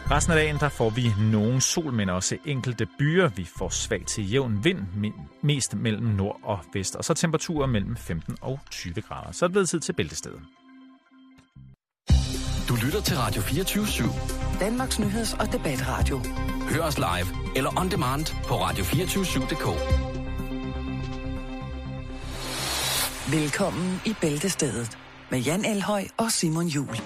Resten af dagen der får vi nogen sol, men også enkelte byer. Vi får svag til jævn vind, mest mellem nord og vest. Og så temperaturer mellem 15 og 20 grader. Så er det blevet tid til Bæltestedet. Du lytter til Radio 24/7. Danmarks nyheds- og debatradio. Hør os live eller on demand på radio247.dk. Velkommen i Bæltestedet med Jan Elhøj og Simon Juhl.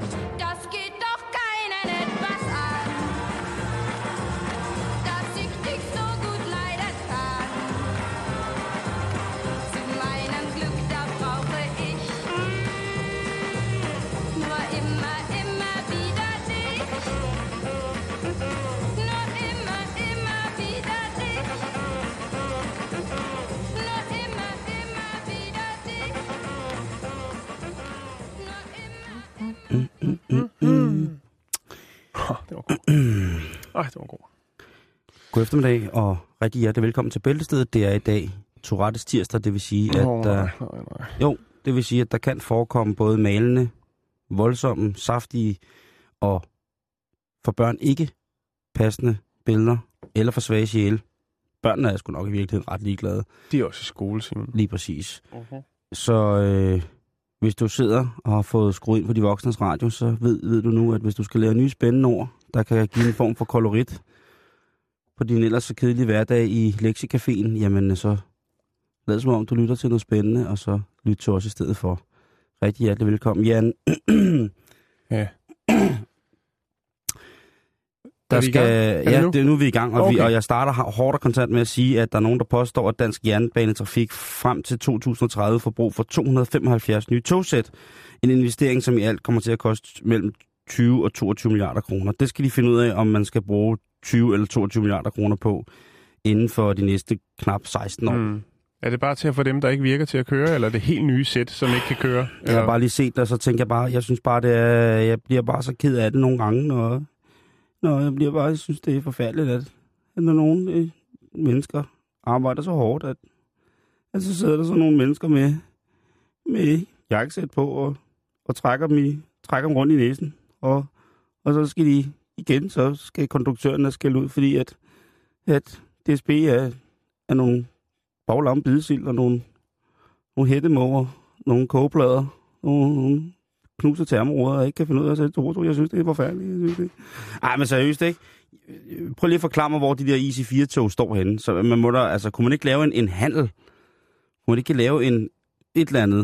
Det var god. God eftermiddag og rigtig hjertelig velkommen til Bæltestedet. Det er i dag Tourettes tirsdag, det vil sige, at det vil sige, at der kan forekomme både malende, voldsomme, saftige og for børn ikke passende billeder eller for svage sjæle. Børnene er sgu nok i virkeligheden ret ligeglade. De er også i skole, Simon. Lige præcis. Så hvis du sidder og har fået skruet ind på de voksnes radio, så ved du nu, at hvis du skal lære nye spændende ord, der kan give en form for kolorit på din ellers så kedelige hverdag i Lektiecaféen, jamen så lad som om du lytter til noget spændende, og så lyt til os i stedet for. Rigtig hjertelig velkommen, Jan. Ja. Nu er vi i gang, og, og jeg starter hårdt og kontant med at sige, at der er nogen, der påstår, at dansk jernbanetrafik frem til 2030 får brug for 275 nye togsæt. En investering, som i alt kommer til at koste mellem 20 og 22 milliarder kroner. Det skal de finde ud af, om man skal bruge 20 eller 22 milliarder kroner på inden for de næste knap 16 år. Er det bare til at få dem, der ikke virker til at køre, eller er det helt nye sæt, som ikke kan køre? Jeg har bare lige set det, og så tænker jeg bare, jeg bliver bare så ked af det nogle gange, når jeg synes, det er forfærdeligt, at når nogle mennesker arbejder så hårdt, at så sidder der så nogle mennesker med jakkesæt på og trækker dem rundt i næsen. Og så skal de igen, så skal konduktøren skælde ud, fordi at DSB er nogle baglamme bidesild og nogle hættemåger, nogle kogeplader, nogle knuser termoruder, og ikke kan finde ud af at sætte to. Jeg synes, det er forfærdeligt. Ej, men seriøst, ikke? Prøv lige at forklare mig, hvor de der IC4-tog står henne. Så man må kunne man ikke lave en handel? Kunne man ikke lave et eller andet?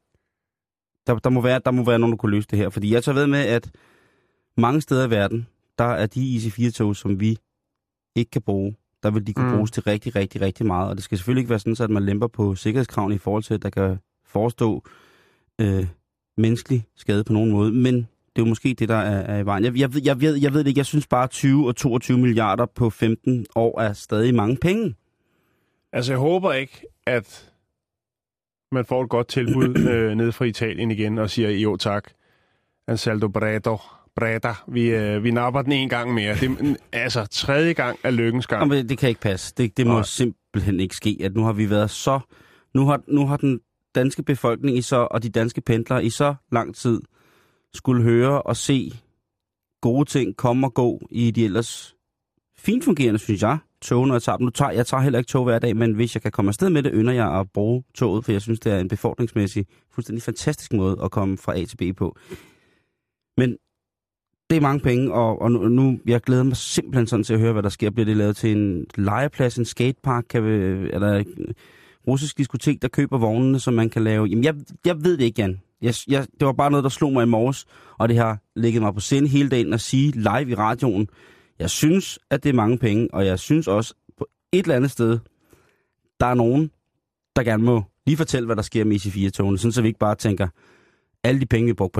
Der må være nogen, der kunne løse det her. Fordi jeg tager ved med, at mange steder i verden, der er de IC4-tog, som vi ikke kan bruge, der vil de kunne bruges til rigtig, rigtig, rigtig meget. Og det skal selvfølgelig ikke være sådan, at man lemper på sikkerhedskravene i forhold til, at der kan forestå menneskelig skade på nogen måde. Men det er jo måske det, der er i vejen. Jeg ved det ikke. Jeg synes bare, 20 og 22 milliarder på 15 år er stadig mange penge. Altså, jeg håber ikke, at man får et godt tilbud ned fra Italien igen og siger, jo tak, Ansaldo Breda, vi napper den en gang mere. Det, altså, tredje gang er lykkens gang. Jamen, det kan ikke passe. Det må simpelthen ikke ske, at nu har vi været så... Nu har den danske befolkning og de danske pendlere i så lang tid skulle høre og se gode ting komme og gå i de ellers fint fungerende, synes jeg, tog, når jeg tager dem. Jeg tager heller ikke tog hver dag, men hvis jeg kan komme afsted med det, ynder jeg at bruge toget, for jeg synes, det er en befordringsmæssig, fuldstændig fantastisk måde at komme fra A til B på. Men det er mange penge, og nu jeg glæder mig simpelthen sådan til at høre, hvad der sker. Bliver det lavet til en legeplads, en skatepark, eller russisk diskotek, der køber vognene, som man kan lave? Jamen, jeg ved det ikke, Jan. Det var bare noget, der slog mig i morges, og det har ligget mig på sinde hele dagen at sige live i radioen. Jeg synes, at det er mange penge, og jeg synes også, på et eller andet sted, der er nogen, der gerne må lige fortælle, hvad der sker med IC4-togene, sådan så vi ikke bare tænker, alle de penge, vi bruger på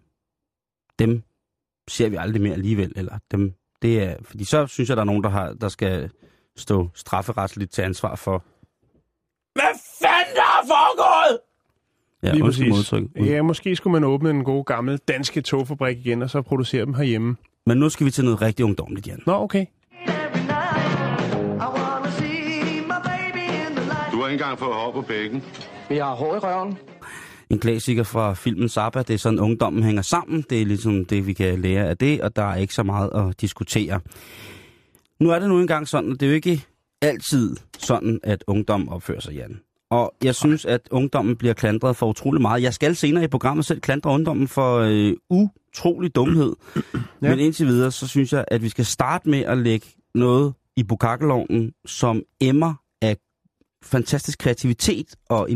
dem ser vi aldrig mere alligevel, eller det er, fordi så synes jeg, der er nogen, der skal stå strafferetsligt til ansvar for. Hvad fanden der er foregået? Ja, lige præcis. Ja, måske skulle man åbne en god gammel danske togfabrik igen, og så producere dem herhjemme. Men nu skal vi til noget rigtig ungdomligt, Jan. Nå, okay. Du har ikke engang fået hår på bækken. Vi har hår i røven. en klassiker fra filmen Zappa. Det er sådan, ungdommen hænger sammen. Det er ligesom det, vi kan lære af det, og der er ikke så meget at diskutere. Nu er det nu engang sådan, at det er jo ikke altid sådan, at ungdommen opfører sig, Jan. Og jeg synes, at ungdommen bliver klandret for utrolig meget. Jeg skal senere i programmet selv klandre ungdommen for utrolig dumhed. Ja. Men indtil videre, så synes jeg, at vi skal starte med at lægge noget i bukakkelovnen, som emmer af fantastisk kreativitet og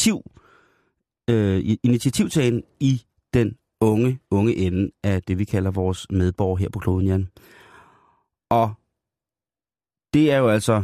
initiativtagen i den unge ende af det, vi kalder vores medborgere her på kloden, Jan. Og det er jo altså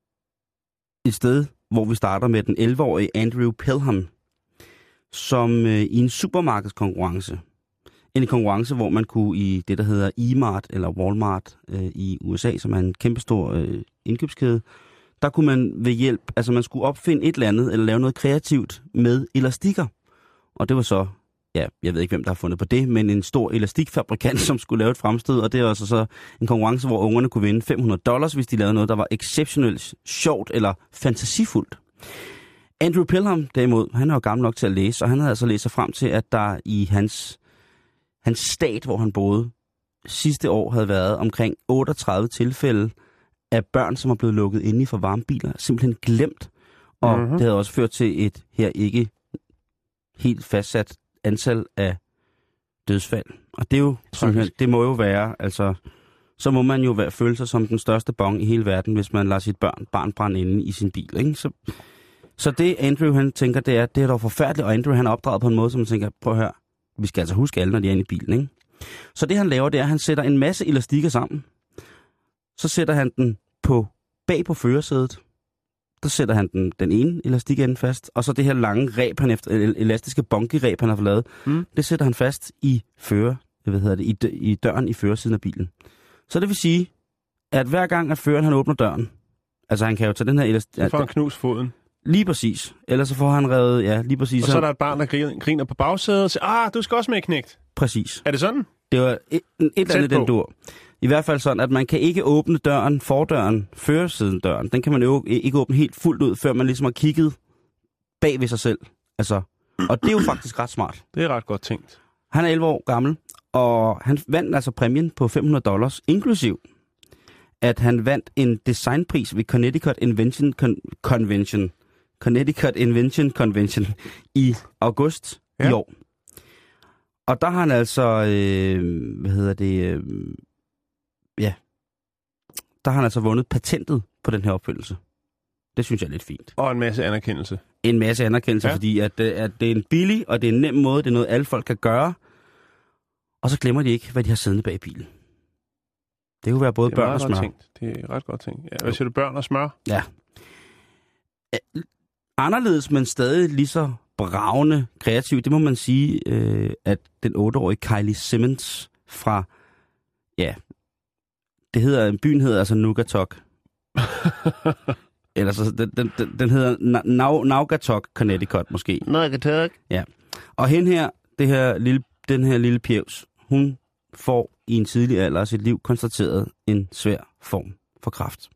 et sted, hvor vi starter med den 11-årige Andrew Pelham, som i en supermarkedskonkurrence, en konkurrence, hvor man kunne i det, der hedder E-Mart eller Walmart i USA, som er en kæmpestor indkøbskæde, der kunne man ved hjælp, altså man skulle opfinde et eller andet, eller lave noget kreativt med elastikker. Og det var så, ja, jeg ved ikke, hvem der har fundet på det, men en stor elastikfabrikant, som skulle lave et fremstød, og det er altså så en konkurrence, hvor ungerne kunne vinde $500, hvis de lavede noget, der var exceptionelt sjovt eller fantasifuldt. Andrew Pelham, derimod, han er jo gammel nok til at læse, og han havde altså læst sig frem til, at der i hans stat, hvor han boede, sidste år havde været omkring 38 tilfælde af børn, som er blevet lukket inde i for varme biler, simpelthen glemt. Og det havde også ført til et her ikke helt fastsat antal af dødsfald. Og det er jo simpelthen, det må jo være, altså, så må man jo føle sig som den største bong i hele verden, hvis man lader sit barn brænde inde i sin bil, ikke? Så det Andrew, han tænker, det er dog forfærdeligt, og Andrew, han er opdraget på en måde, som man tænker, prøv at høre, vi skal altså huske alle, når de er inde i bilen, ikke? Så det han laver, det er, at han sætter en masse elastikker sammen. Så sætter han den bag på førersædet. Der sætter han den ene elastik ende fast, og så det her lange reb, elastiske bunkerreb, han har fået lavet, det sætter han fast i i døren i førersiden af bilen. Så det vil sige, at hver gang, at føreren han åbner døren, altså han kan jo tage den her elastik... Så får han knus foden. Lige præcis. Ellers så får han revet, ja, lige præcis. Og så er der et barn, der griner på bagsædet og siger, du skal også med knægt. Præcis. Er det sådan? Det var et eller andet den dur. I hvert fald sådan, at man kan ikke åbne døren, fordøren, førersiden-døren. Den kan man jo ikke åbne helt fuldt ud, før man ligesom har kigget bag ved sig selv. Altså, og det er jo faktisk ret smart. Det er ret godt tænkt. Han er 11 år gammel, og han vandt altså præmien på $500, inklusiv at han vandt en designpris ved Connecticut Invention Convention i august i år. Og der har han altså, der har han altså vundet patentet på den her opfindelse. Det synes jeg er lidt fint. Og en masse anerkendelse. En masse anerkendelse, fordi at det er en billig, og det er en nem måde, det er noget, alle folk kan gøre. Og så glemmer de ikke, hvad de har siddende bag bilen. Det kunne være både børn og smør. Det er ret godt tænkt. Ja, hvad siger du, børn og smør? Ja. Anderledes, men stadig lige så bravende kreativ, det må man sige, at den 8-årige Kylie Simmons fra, byen hedder altså Naugatuck. Eller så, den hedder Naugatuck, Connecticut måske. Naugatuck. Ja. Og den her lille pjevs, hun får i en tidlig alder af sit liv konstateret en svær form for kræft.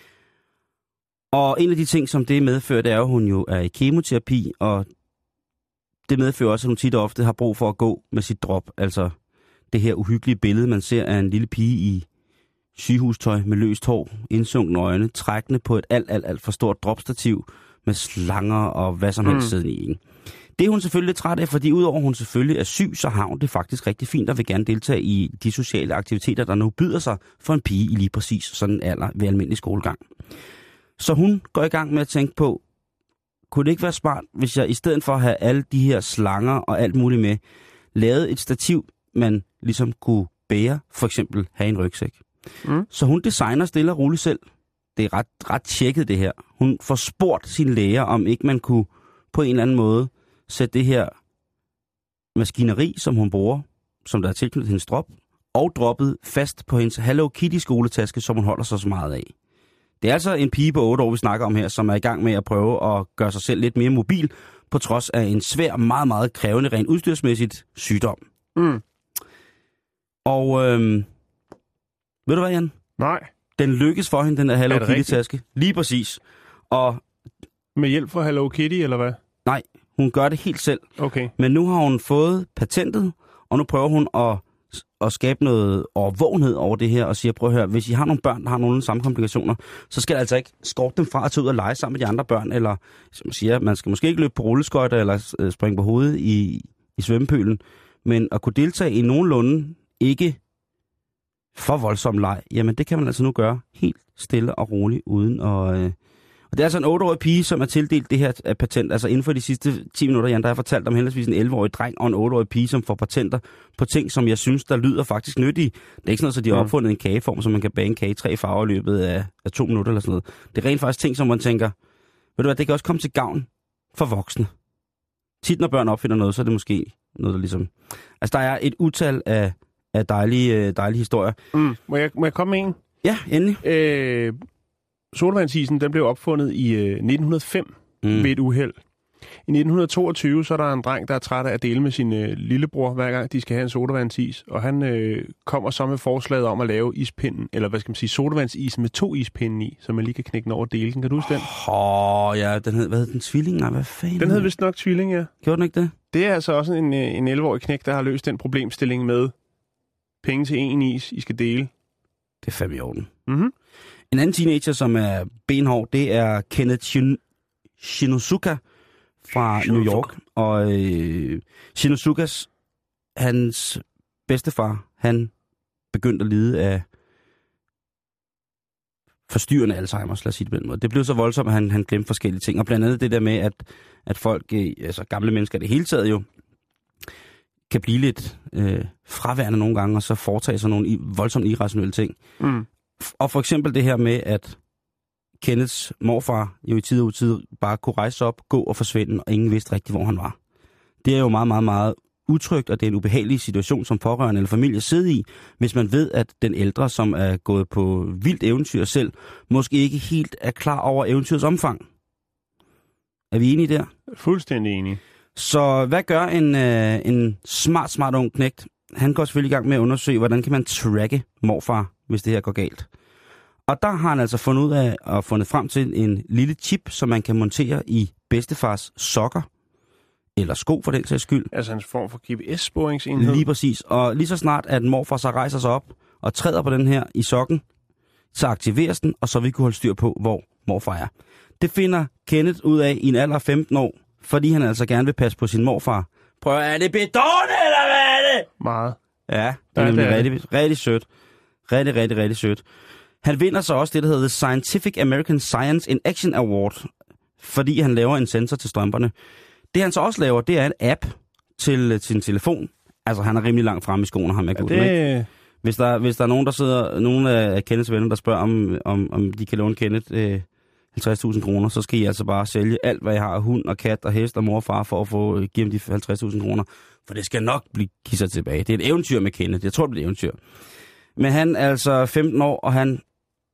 Og en af de ting, som det medfører, det er jo, at hun jo er i kemoterapi, og det medfører også, at hun tit og ofte har brug for at gå med sit drop. Altså det her uhyggelige billede, man ser af en lille pige i sygehustøj med løst hår, indsunkne øjne, trækkende på et alt for stort dropstativ med slanger og hvad som helst siden i. Ikke? Det er hun selvfølgelig lidt træt af, fordi udover hun selvfølgelig er syg, så har hun det faktisk rigtig fint og vil gerne deltage i de sociale aktiviteter, der nu byder sig for en pige i lige præcis sådan en alder ved almindelig skolegang. Så hun går i gang med at tænke på, kunne det ikke være smart, hvis jeg i stedet for at have alle de her slanger og alt muligt med, lavede et stativ, man ligesom kunne bære, for eksempel have en rygsæk. Så hun designer stille og roligt selv. Det er ret tjekket det her. Hun får spurgt sine læger, om ikke man kunne på en eller anden måde sætte det her maskineri, som hun bruger, som der er tilknyttet hendes drop, og droppet fast på hendes Hello Kitty skoletaske, som hun holder sig så meget af. Det er altså en pige på 8 år, vi snakker om her, som er i gang med at prøve at gøre sig selv lidt mere mobil, på trods af en svær, meget, meget krævende, rent udstyrsmæssigt sygdom. Og ved du hvad, Jan? Nej. Den lykkes for hende, den der Hello Kitty-taske. Lige præcis. Og med hjælp fra Hello Kitty, eller hvad? Nej, Hun gør det helt selv. Okay. Men nu har hun fået patentet, og nu prøver hun at skabe noget overvågenhed over det her, og siger, prøv at høre, hvis I har nogle børn, der har nogle samme komplikationer, så skal det altså ikke skorte dem fra at tage ud og lege sammen med de andre børn, eller som man siger, man skal måske ikke løbe på rulleskøjter, eller springe på hovedet i svømmepølen, men at kunne deltage i nogenlunde ikke for voldsom leg, jamen det kan man altså nu gøre helt stille og roligt, uden at... Og det er altså en 8-årig pige, som er tildelt det her patent. Altså inden for de sidste 10 minutter, Jan, der har jeg fortalt om henholdsvis en 11-årig dreng og en 8-årig pige, som får patenter på ting, som jeg synes, der lyder faktisk nyttige. Det er ikke sådan noget, så de har opfundet en kageform, så man kan bage en kage i 3 farver i løbet af 2 minutter eller sådan noget. Det er rent faktisk ting, som man tænker, ved du hvad, det kan også komme til gavn for voksne. Tit når børn opfinder noget, så er det måske noget, der ligesom... Altså der er et utal af dejlige historier. Må jeg komme med en? Ja, endelig. Sodavandsisen, den blev opfundet i 1905 ved et uheld. I 1922 så er der en dreng, der er træt af at dele med sin lillebror, hver gang de skal have en sodavandsis. Og han kommer så med forslaget om at lave ispinden, eller hvad skal man sige, sodavandsisen med 2 ispinde i, så man lige kan knække den over og dele den. Kan du huske den? Ja, den hed, hvad hed den? Tvilling? Nej, hvad fanden? Den hed vist nok Tvilling, ja. Gjorde den ikke det? Det er altså også en 11-årig knæk, der har løst den problemstilling med penge til en is, I skal dele. Det er fandme i orden. Mhm. En anden teenager, som er benhård, det er Kenneth Shinosuka fra New York. Og Shinosukas, hans bedstefar, han begyndte at lide af forstyrrende Alzheimer's, lad os sige det på den måde. Det blev så voldsomt, at han glemte forskellige ting. Og blandt andet det der med, at folk, altså gamle mennesker det hele taget jo, kan blive lidt fraværende nogle gange, og så foretage sig nogle voldsomt irrationelle ting. Mm. Og for eksempel det her med, at Kenneths morfar jo i tid og utid bare kunne rejse op, gå og forsvinde, og ingen vidste rigtigt, hvor han var. Det er jo meget, meget, meget utrygt, og det er en ubehagelig situation som pårørende eller familie sidder i, hvis man ved, at den ældre, som er gået på vildt eventyr selv, måske ikke helt er klar over eventyrets omfang. Er vi enige der? Fuldstændig enige. Så hvad gør en smart ung knægt? Han går selvfølgelig i gang med at undersøge, hvordan kan man tracke morfar, hvis det her går galt. Og der har han altså fundet ud af og fundet frem til en lille chip, som man kan montere i bedstefars sokker. Eller sko for den sags skyld. Altså en form for GPS-sporingsenhed. Lige præcis. Og lige så snart, at morfar så rejser sig op og træder på den her i sokken, så aktiveres den, og så vil vi kunne holde styr på, hvor morfar er. Det finder Kenneth ud af i en alder af 15 år, fordi han altså gerne vil passe på sin morfar. Prøv, er det bedårende, eller hvad er det? Meget. Ja, det er nemlig rigtig sødt. Rigtig sødt. Han vinder så også det, der hedder The Scientific American Science in Action Award, fordi han laver en sensor til strømperne. Det han så også laver, det er en app til sin telefon. Altså, han er rimelig langt fremme i skoene, ham med gutten, ikke? Hvis der er nogen, der sidder, nogle af Kenneths venner, der spørger, om de kan låne Kenneth 50.000 kroner, så skal I altså bare sælge alt, hvad I har, hund og kat og hest og mor og far, for at give dem de 50.000 kroner. For det skal nok blive kisset tilbage. Det er et eventyr med Kenneth. Jeg tror, det er et eventyr. Men han er altså 15 år, og han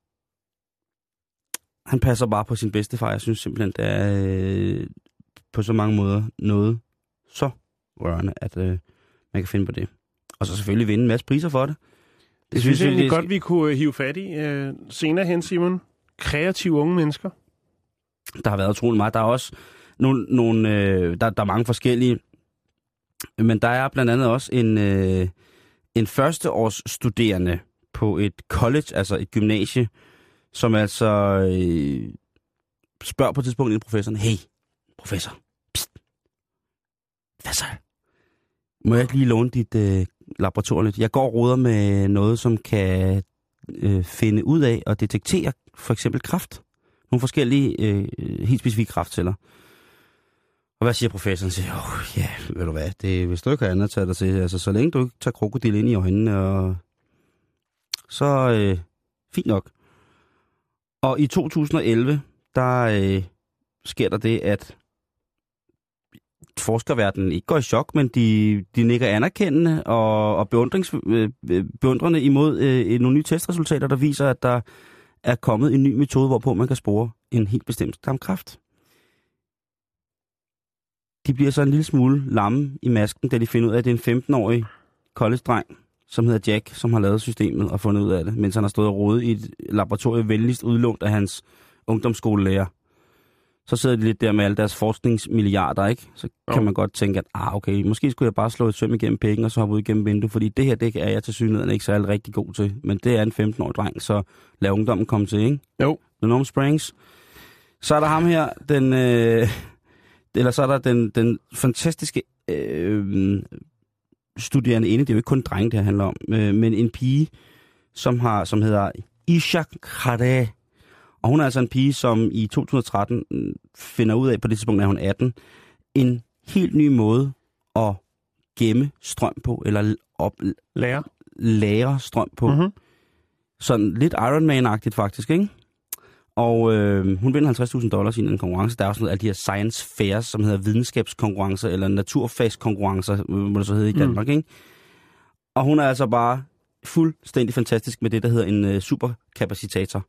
passer bare på sin bedstefar. Jeg synes simpelthen, det er på så mange måder noget så rørende, at man kan finde på det. Og så selvfølgelig vinde en masse priser for det. Det synes jeg egentlig godt, vi kunne hive fat i senere hen, Simon. Kreative unge mennesker. Der har været utrolig meget. Der er også der er mange forskellige. Men der er blandt andet også en førsteårsstuderende på et college, altså et gymnasie, som altså spørger på et tidspunkt en professoren, hey, professor, pst, hvad så? Må jeg ikke lige låne dit laboratorium lidt? Jeg går og roder med noget, som kan finde ud af og detektere for eksempel kræft. Nogle forskellige, helt specifikke kræftceller. Og hvad siger professoren? Siger, ved du hvad, det, hvis du ikke har andet at tage dig til, altså så længe du ikke tager krokodil ind i øjnene, og så fint nok. Og i 2011, der sker der det, at forskerverdenen ikke går i chok, men de nikker anerkendende og beundrende imod nogle nye testresultater, der viser, at der er kommet en ny metode, hvorpå man kan spore en helt bestemt stamkræft. De bliver så en lille smule lamme i masken, da de finder ud af, at det er en 15-årig college-dreng, som hedder Jack, som har lavet systemet og fundet ud af det, mens han har stået og rodet i et laboratorium venligst udlånt af hans ungdomsskolelærer. Så sidder de lidt der med alle deres forskningsmilliarder, ikke? Så kan man godt tænke, at okay, måske skulle jeg bare slå et søm igennem pækken, og så hoppe ud igennem vinduet, fordi det her, det er jeg til synligheden ikke så rigtig god til. Men det er en 15-årig dreng, så lad ungdommen komme til, ikke? Jo. Norm Springs. Så er der ham her, den fantastiske studerende inde. Det er jo ikke kun drenge, det her handler om, men en pige, som hedder Isha Khare. Og hun er altså en pige, som i 2013 finder ud af, på det tidspunkt er hun 18, en helt ny måde at gemme strøm på, eller lære strøm på. Mm-hmm. Sådan lidt Iron Man-agtigt faktisk, ikke? Og hun vinder $50,000 i en konkurrence. Der er også noget af de her science fairs, som hedder videnskabskonkurrencer, eller naturfagskonkurrencer, må det så hedde i Danmark, ikke? Og hun er altså bare fuldstændig fantastisk med det, der hedder en superkapacitator.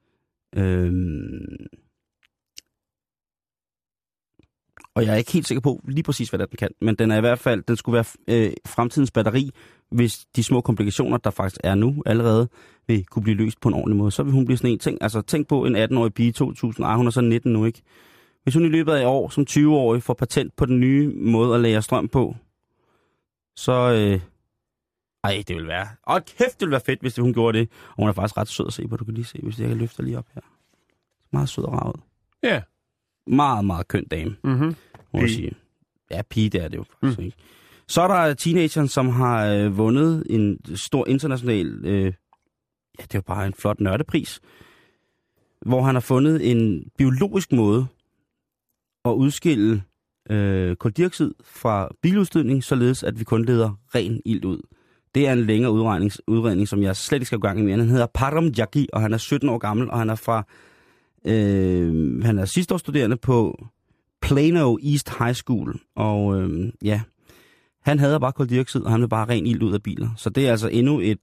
Og jeg er ikke helt sikker på lige præcis, hvad den kan. Men den er i hvert fald, den skulle være fremtidens batteri, hvis de små komplikationer, der faktisk er nu allerede, vil kunne blive løst på en ordentlig måde. Så vil hun blive sådan en ting. Altså tænk på en 18-årig pige i 2000. Hun er så 19 nu, ikke? Hvis hun i løbet af et år som 20-årig får patent på den nye måde at lære strøm på, så... det vil være... kæft, det vil være fedt, hvis hun gjorde det. Og hun er faktisk ret sød at se på. Du kan lige se, hvis jeg kan løfte lige op her. Meget sød og ravet. Ja. Yeah. Meget, meget køn dame. Mhm. Må jeg sige. Ja, pige, det er det jo faktisk ikke. Så er der teenageren, som har vundet en stor international... det er jo bare en flot nørdepris. Hvor han har fundet en biologisk måde at udskille koldioxid fra biludstødning, således at vi kun leder ren ilt ud. Det er en længere udredning, som jeg slet ikke skal gå gang i mere. Han hedder Param Jaggi, og han er 17 år gammel, og han er fra... han er sidsteårsstuderende på Plano East High School, og han havde bare koldioxid, og han vil bare ren ild ud af biler. Så det er altså endnu et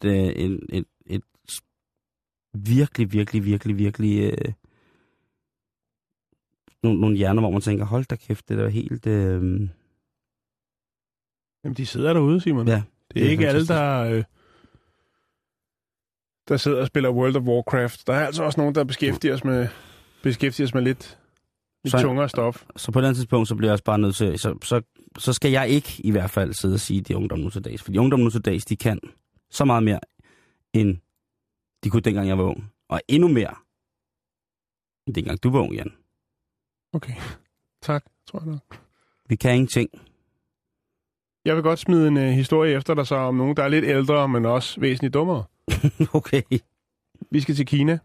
virkelig nogle hjerner, hvor man tænker, hold da kæft, det er helt... Jamen, de sidder derude, Simon. Ja, det er ikke fantastisk. Alle, der sidder og spiller World of Warcraft. Der er altså også nogen, der beskæftiger sig med lidt tungere stof. Så på den tidspunkt, så bliver jeg også bare nødt til... Så skal jeg ikke i hvert fald sidde og sige, at de ungdom nu til dags. For de ungdom nu til dags, de kan så meget mere, end de kunne dengang jeg var ung. Og endnu mere, end dengang du var ung, Jan. Okay. Tak, tror jeg nok. Vi kan ingenting. Jeg vil godt smide en historie efter dig så om nogen, der er lidt ældre, men også væsentligt dummere. Okay. Vi skal til Kina.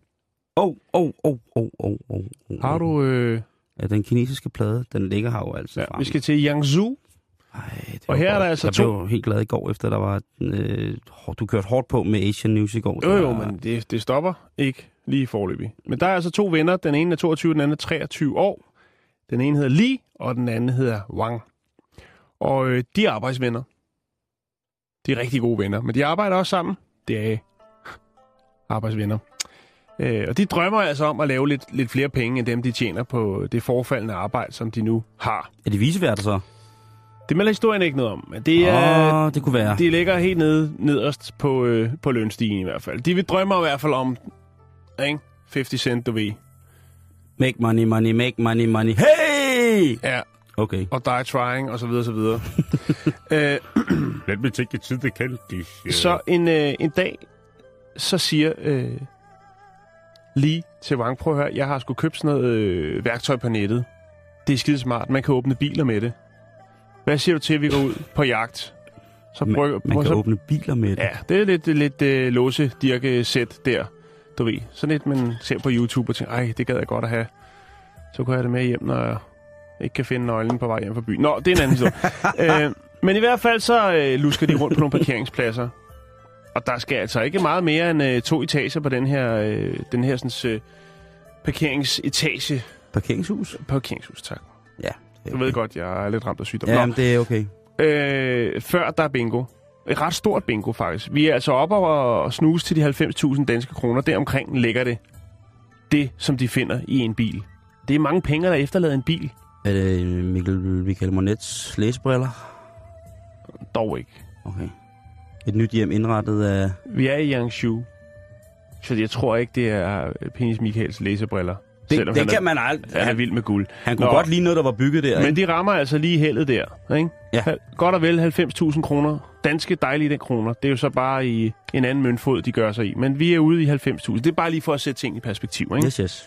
Har du... Ja, den kinesiske plade, den ligger her jo altid frem. Vi skal til Yangzhou. Og her er der altså jeg blev helt glad i går, efter der var... du kørte hårdt på med Asian News i går. Jo, men det stopper ikke lige foreløbig. Men der er altså to venner. Den ene er 22, den anden er 23 år. Den ene hedder Li, og den anden hedder Wang. Og de er arbejdsvenner. De er rigtig gode venner, men de arbejder også sammen. Det er arbejdsvenner. Og de drømmer altså om at lave lidt flere penge, end dem de tjener på det forfaldende arbejde, som de nu har. Er de viseværter så? Det melder historien ikke noget om. Men det kunne være. De ligger helt nederst på lønstigen i hvert fald. De drømmer i hvert fald om, ikke? 50 cent, du ved. Make money, money, make money, money. Hey! Ja. Okay. Og die trying, og så videre, så videre. Let me take it to the candy. Så en dag, så siger Li til Wang, prøv at høre, jeg har sgu købt sådan noget værktøj på nettet. Det er skidesmart, man kan åbne biler med det. Hvad siger du til, at vi går ud på jagt? Så man kan åbne biler med det? Ja, det er lidt låse-dirke-sæt der, du ved. Sådan lidt, man ser på YouTube og tænker, ej, det gad jeg godt at have. Så kunne jeg have det med hjem, når jeg ikke kan finde nøglen på vej hjem fra byen. Nå, det er en anden historie. Men i hvert fald så lusker de rundt på nogle parkeringspladser. Og der skal altså ikke meget mere end 2 etager på den her sådan, parkeringsetage. Parkeringshus? Parkeringshus, tak. Ja. Du ved godt, jeg er lidt ramt af sygdom. Ja, men det er okay. Før der er bingo. Et ret stort bingo, faktisk. Vi er altså oppe og snuse til de 90.000 danske kroner. Deromkring ligger det, som de finder i en bil. Det er mange penge, der efterlader en bil. Er det Michael Monets læsebriller? Dog ikke. Okay. Et nyt hjem indrettet af... Vi er i Yangzhou, så jeg tror ikke, det er Penis Michaels læsebriller. Det kan man aldrig. Han er vild med guld. Han kunne godt lide noget, der var bygget der. Men de rammer altså lige heldet der, ikke? Ja. Godt og vel 90.000 kroner. Danske dejlige kroner. Det er jo så bare i en anden møntfod, de gør sig i. Men vi er ude i 90.000. Det er bare lige for at sætte ting i perspektiv, ikke? Yes.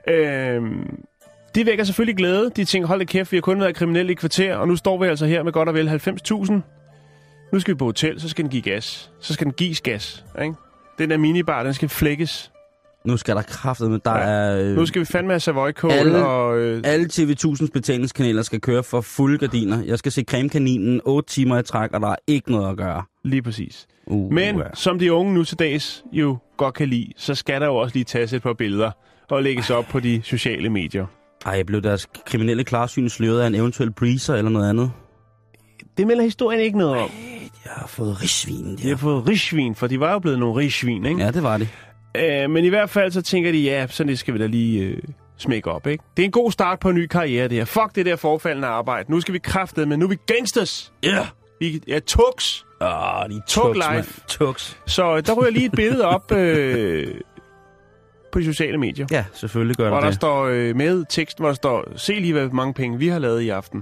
Det vækker selvfølgelig glæde. De tænker, hold da kæft, vi har kun været kriminelle i kvarter, og nu står vi altså her med godt og vel 90.000. Nu skal vi på hotel, så skal den give gas. Så skal den gives gas, ikke? Den der minibar, den skal flækkes. Nu skal der kraftedeme, der er... Nu skal vi fandme have Savoy-kål og... Alle TV1000's betalingskanaler skal køre for fulde gardiner. Jeg skal se Cremekaninen 8 timer i træk, og der er ikke noget at gøre. Lige præcis. Men som de unge nu til dags jo godt kan lide, så skal der jo også lige tages et par billeder og lægges op på de sociale medier. Ej, blev deres kriminelle klarsyn sløret af en eventuel breezer eller noget andet? Det melder historien ikke noget om. De har fået rigsvin. De har fået rigsvin, for de var jo blevet nogle rigsvin, ikke? Ja, det var det. Men i hvert fald så tænker de, ja, sådan det skal vi da lige smække op, ikke? Det er en god start på en ny karriere, det her. Fuck det der forfaldende arbejde. Nu skal vi kraftedeme, nu er vi gangsters. Ja. Vi er tuks. De Tuk life. Tuks. Så der ryger lige et billede op på de sociale medier. Ja, selvfølgelig gør hvor der står med teksten, hvor der står, se lige, hvor mange penge vi har lavet i aften.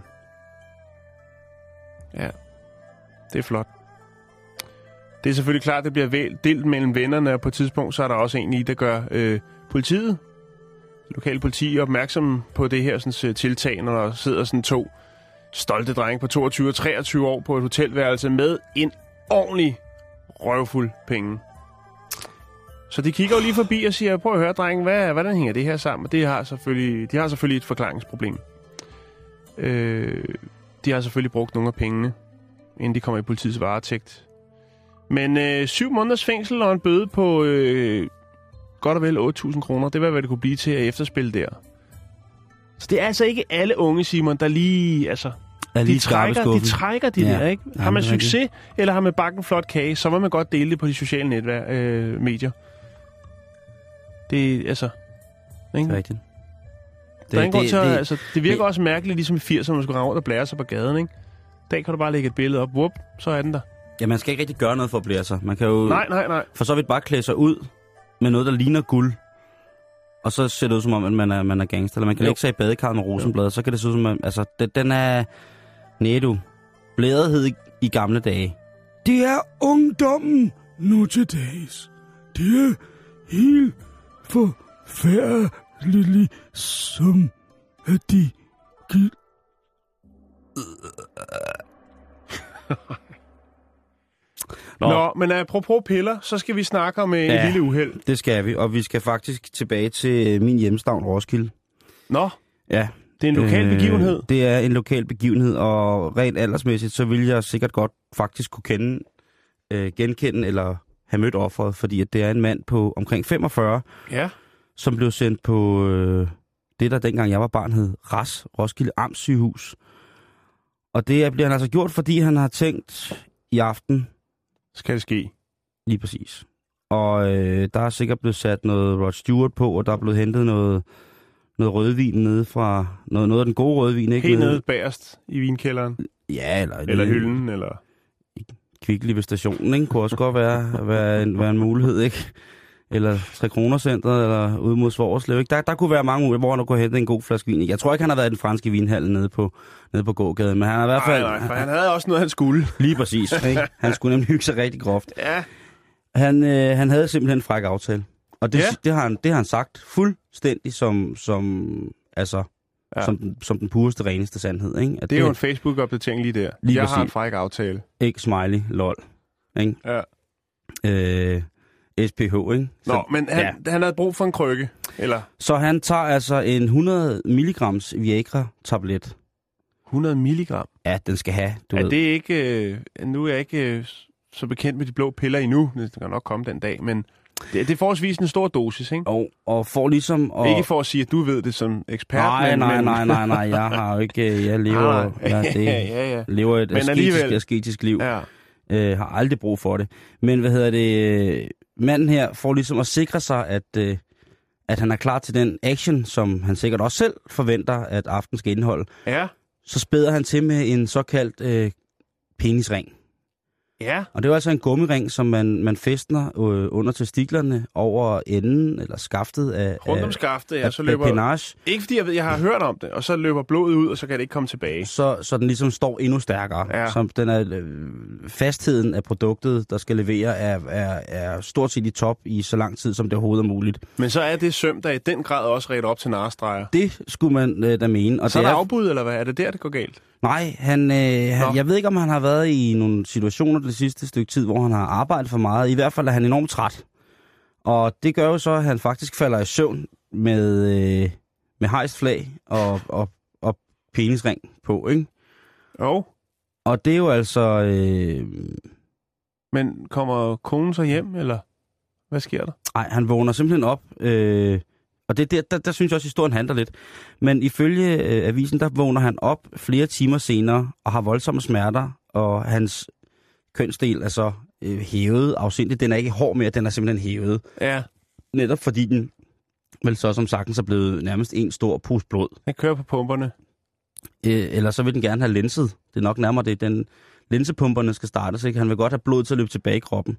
Ja, det er flot. Det er selvfølgelig klart, det bliver delt mellem vennerne, og på et tidspunkt, så er der også en i, der gør politiet, lokale politi, opmærksom på det her sådan, tiltag, når der sidder sådan 2 stolte drenge på 22 og 23 år på et hotelværelse med en ordentlig røvfuld penge. Så de kigger jo lige forbi og siger, prøv at høre, drenge, hvordan hænger det her sammen? Og de har selvfølgelig et forklaringsproblem. De har selvfølgelig brugt nogle af pengene, inden de kommer i politiets varetægt. Men 7 måneders fængsel og en bøde på godt og vel 8.000 kroner, det var, hvad det kunne blive til at efterspille der. Så det er altså ikke alle unge, Simon, der lige, altså... De trækker de der, ikke? Har man succes, eller har man bakken en flot kage, så må man godt dele det på de sociale medier. Det er altså... Ikke? Det er rigtigt. Det virker også mærkeligt, ligesom i 80'erne, man skulle rende rundt og blære sig på gaden, ikke? Der kan du bare lægge et billede op, whoop, så er den der. Ja, man skal ikke rigtig gøre noget for at blære sig. Man kan jo... Nej. For så vidt bare klæde sig ud med noget, der ligner guld. Og så ser det ud som om, at man er gangster. Eller man kan lægge sig i badekarret med rosenblad, så kan det se ud som om... Altså, den er... Nædu. Blæret hed i gamle dage. Det er ungdommen nu til dags. Det er helt forfærdeligt, som at de... Nå, men apropos piller, så skal vi snakke om en lille uheld. Det skal vi, og vi skal faktisk tilbage til min hjemstavn Roskilde. Nå, ja. Det er en lokal begivenhed? Det er en lokal begivenhed, og rent aldersmæssigt, så vil jeg sikkert godt faktisk kunne genkende eller have mødt offeret, fordi at det er en mand på omkring 45, som blev sendt på det, der dengang jeg var barn hed Roskilde Amtssygehus. Og det bliver han altså gjort, fordi han har tænkt i aften... Skal det ske? Lige præcis. Og der er sikkert blevet sat noget Rod Stewart på, og der er blevet hentet noget rødvin nede fra... Noget af den gode rødvin, ikke? Helt nede bagerst i vinkælderen? Ja, eller hylden, eller... Kvickly ved stationen, ikke? Kunne også godt være en mulighed, ikke? Eller 3 kroner centret, eller ude mod Svorslev, ikke? Der kunne være mange muligheder, hvor han kunne hente en god flaske vin. Jeg tror ikke, han har været i den franske vinhal nede på gågaden, men han har i hvert fald... Nej, for han havde også noget, han skulle. Lige præcis, ikke? Han skulle nemlig hygge sig rigtig groft. Ja. Han havde simpelthen en fræk aftale. Og det har han sagt fuldstændig som den pureste, reneste sandhed, ikke? At det er jo en Facebook-opdatering lige der. Lige jeg præcis. har en fræk aftale. Ikke smiley, lol. Ikke? Ja. SPH, ikke? Nå, men han havde brug for en krykke, eller? Så han tager altså en 100 milligrams Viagra-tablet. 100 milligram? Ja, den skal have, du ved. Det ikke... nu er jeg ikke så bekendt med de blå piller endnu. Det kan nok komme den dag, men... Det er forholdsvis en stor dosis, ikke? Og for ligesom... Ikke for at sige, at du ved det som ekspert, Nej, jeg har jo ikke... Jeg lever... lever et asketisk liv. Ja. Har aldrig brug for det. Men manden her får ligesom at sikre sig, at han er klar til den action, som han sikkert også selv forventer, at aften skal indeholde. Ja. Så spæder han til med en såkaldt penisring. Ja. Og det var altså en gummiring, som man fæstner under testiklerne over enden, eller skaftet af... Rundt om skaftet, ja, så af løber... penage. Ikke fordi jeg har hørt om det, og så løber blodet ud, og så kan det ikke komme tilbage. Så den ligesom står endnu stærkere. Ja. Så den er, fastheden af produktet, der skal levere, er stort set i top i så lang tid, som det overhovedet er muligt. Men så er det søm, der i den grad også ret op til narestreger. Det skulle man da mene. Og så det er der afbud, eller hvad? Er det der, det går galt? Nej, jeg ved ikke, om han har været i nogle situationer det sidste stykke tid, hvor han har arbejdet for meget. I hvert fald er han enormt træt. Og det gør jo så, at han faktisk falder i søvn med hejst flag og penisring på, ikke? Jo. Og det er jo altså... Men kommer konen så hjem, eller hvad sker der? Nej, han vågner simpelthen op... Og det der synes jeg også, historien handler lidt. Men ifølge avisen, der vågner han op flere timer senere og har voldsomme smerter, og hans kønsdel er så hævet afsindigt. Den er ikke hård mere, den er simpelthen hævet. Ja. Netop fordi den vel så som sagtens er blevet nærmest en stor pus blod. Den kører på pumperne. Eller så vil den gerne have linset. Det er nok nærmere det. Den linsepumperne skal startes, ikke? Han vil godt have blod til at løbe tilbage i kroppen.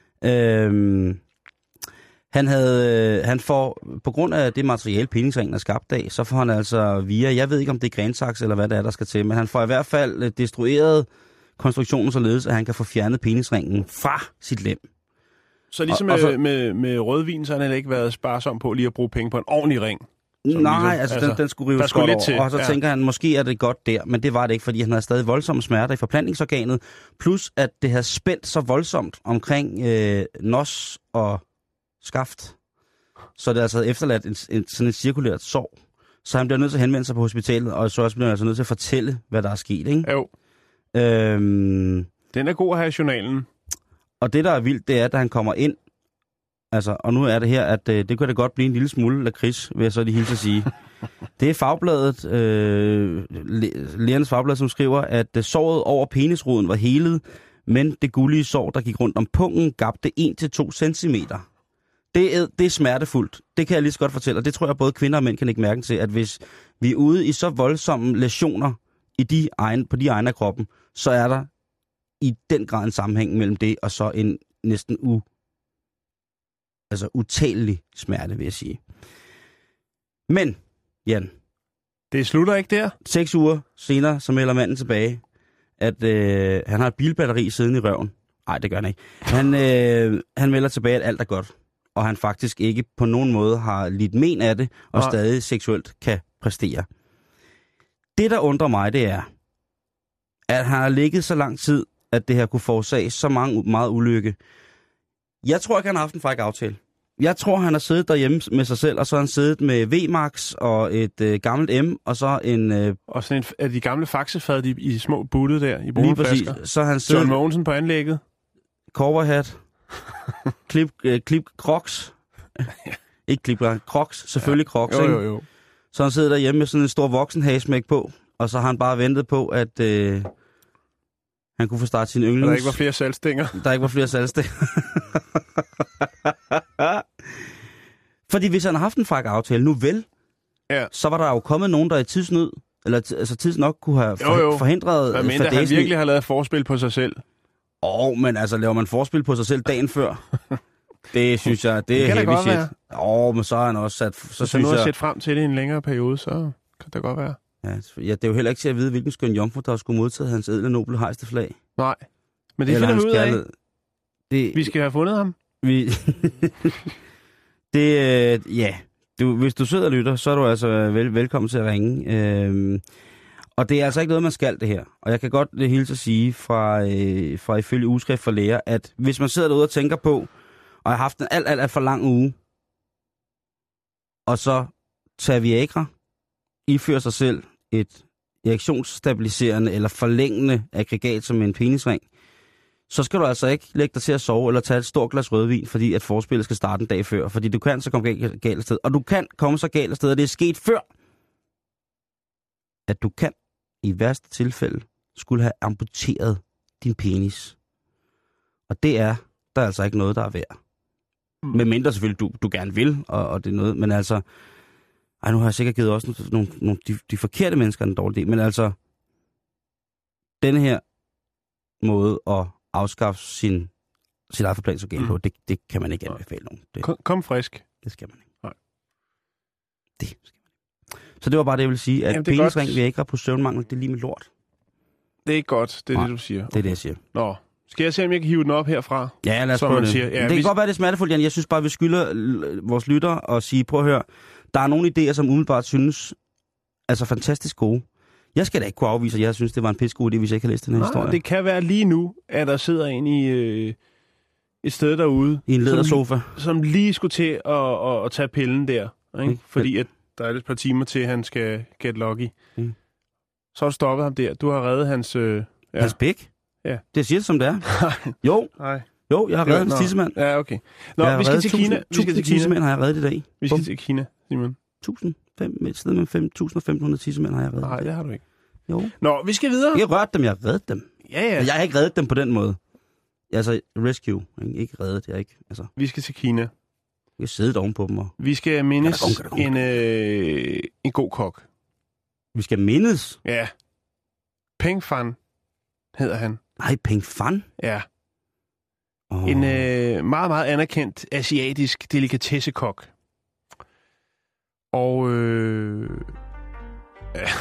Han får, på grund af det materiale, penisringen er skabt af, så får han altså via, jeg ved ikke om det er grensaks eller hvad det er, der skal til, men han får i hvert fald destrueret konstruktionen således, at han kan få fjernet penisringen fra sit lem. Så ligesom med rødvin, så har han ikke været sparsom på lige at bruge penge på en ordentlig ring? Nej, altså den skulle rives godt over, til. Og så tænker han, måske er det godt der, men det var det ikke, fordi han havde stadig voldsomme smerter i forplantningsorganet, plus at det havde spændt så voldsomt omkring nos og skaft, så det er altså efterladt sådan et cirkulært sår. Så han bliver nødt til at henvende sig på hospitalet, og så bliver han altså nødt til at fortælle, hvad der er sket, ikke? Jo. Den er god at have i journalen. Og det, der er vildt, det er, at han kommer ind, altså, og nu er det her, at det kan det godt blive en lille smule lakrids, vil jeg så lige hilse at sige. Det er fagbladet, Lægernes Fagblad, som skriver, at såret over penisroden var helet, men det gullige sår, der gik rundt om pungen, gabte 1-2 centimeter. Det er smertefuldt. Det kan jeg lige så godt fortælle, og det tror jeg både kvinder og mænd kan ikke mærke til, at hvis vi er ude i så voldsomme læsioner på de egne af kroppen, så er der i den grad en sammenhæng mellem det og så en næsten utalelig smerte, vil jeg sige. Men, Jan. Det slutter ikke der? 6 uger senere, så melder manden tilbage, at han har et bilbatteri siddende i røven. Nej, det gør han ikke. Han melder tilbage, at alt er godt. Og han faktisk ikke på nogen måde har lidt men af det, og stadig seksuelt kan præstere. Det, der undrer mig, det er, at han har ligget så lang tid, at det her kunne forårsage så meget ulykke. Jeg tror ikke, han har haft en fræk aftale. Jeg tror, han har siddet derhjemme med sig selv, og så har han siddet med V-Max og et gammelt M, og så en... Og sådan en af de gamle faxefad i små butte der, i bruneflasker. Lige præcis. Så han siddet... John Mogensen på anlægget. Cowboyhat. Klip Crocs. Ikke klip Crocs, selvfølgelig Crocs, ikke? Jo. Så han sidder derhjemme med sådan en stor voksenhagesmæk på, og så har han bare ventet på, at han kunne få startet sin yndlings... Der ikke var flere salgstænger. Fordi hvis han har haft en fræk aftale, nu vel, så var der jo kommet nogen, der i tidsnød, eller tidsnok kunne have forhindret... Jeg mener, han virkelig har lavet forspil på sig selv. Men altså, laver man forspil på sig selv dagen før? Det synes jeg, det er heavy shit. Men så har han også sat... Så hvis han nu har set frem til det i en længere periode, så kan det godt være. Ja, det er jo heller ikke til at vide, hvilken skøn jomfru, der skulle modtage hans ædle noble hejste flag. Nej, men det finder vi ud af. Vi skal have fundet ham. Hvis du sidder og lytter, så er du altså velkommen til at ringe. Og det er altså ikke noget, man skal det her. Og jeg kan godt hilse at sige fra ifølge ugeskrift for læger, at hvis man sidder derude og tænker på, og har haft en alt for lang uge, og så tager Viagra, ifører sig selv et erektionsstabiliserende eller forlængende aggregat som en penisring, så skal du altså ikke lægge dig til at sove eller tage et stort glas rødvin, fordi at forspillet skal starte en dag før. Fordi du kan så komme galt af sted. Og du kan komme så galt af sted, og det er sket før, at du kan i værste tilfælde skulle have amputeret din penis. Og det er der er altså ikke noget, der er værd. Med mindre selvfølgelig, du gerne vil, og det er noget, men altså... nu har jeg sikkert givet også nogle de forkerte mennesker en dårlig idé, men altså... Denne her måde afskaffe sit eget forplantningsorgan på. Det kan man ikke anbefale nogen. Kom frisk. Det skal man ikke. Nej. Det skal man ikke. Så det var bare det, jeg ville sige, at penisring vil jeg ikke have på søvnmangel. Det er lige med lort. Det er ikke godt, det er det, du siger. Det er det, jeg siger. Nå, skal jeg se, om jeg kan hive den op herfra? Ja, lad os prøve det. Siger. Ja, det kan godt være, det er smertefuldt, Jan. Jeg synes bare, vi skylder vores lyttere og sige, prøv at høre, der er nogle idéer, som umiddelbart synes altså fantastisk gode. Jeg skal da ikke kunne afvise, at jeg synes, det var en pissegod idé, hvis jeg ikke har læst den her historie. Det kan være lige nu, at der sidder en i et sted derude. I en lædersofa. Som lige skulle til at tage pillen der. Ikke? Fordi at der er et par timer til, at han skal get lucky. Så har du stoppet ham der. Du har reddet hans... Hans pæk? Ja. Det siger det, som det er. Jo. Nej. Jo, jeg har reddet hans tissemand. Ja, okay. Nå, vi skal til Kina. Tusind tissemænd har jeg reddet i dag. Vi skal til Kina, Simon. 1.500 tissemænd har jeg reddet. Nej, det har du ikke. Jo. Nå, vi skal videre. Jeg har rørt dem, jeg har reddet dem. Ja. Jeg har ikke reddet dem på den måde. Altså, rescue. Ikke reddet, jeg ikke. Altså. Vi skal til Kina. Jeg sidder ovenpå dem. Og... Vi skal mindes en god kok. Vi skal mindes? Ja. Peng Fan hedder han. Nej, Peng Fan? Ja. En meget, meget anerkendt asiatisk delikatessekok. Og ja.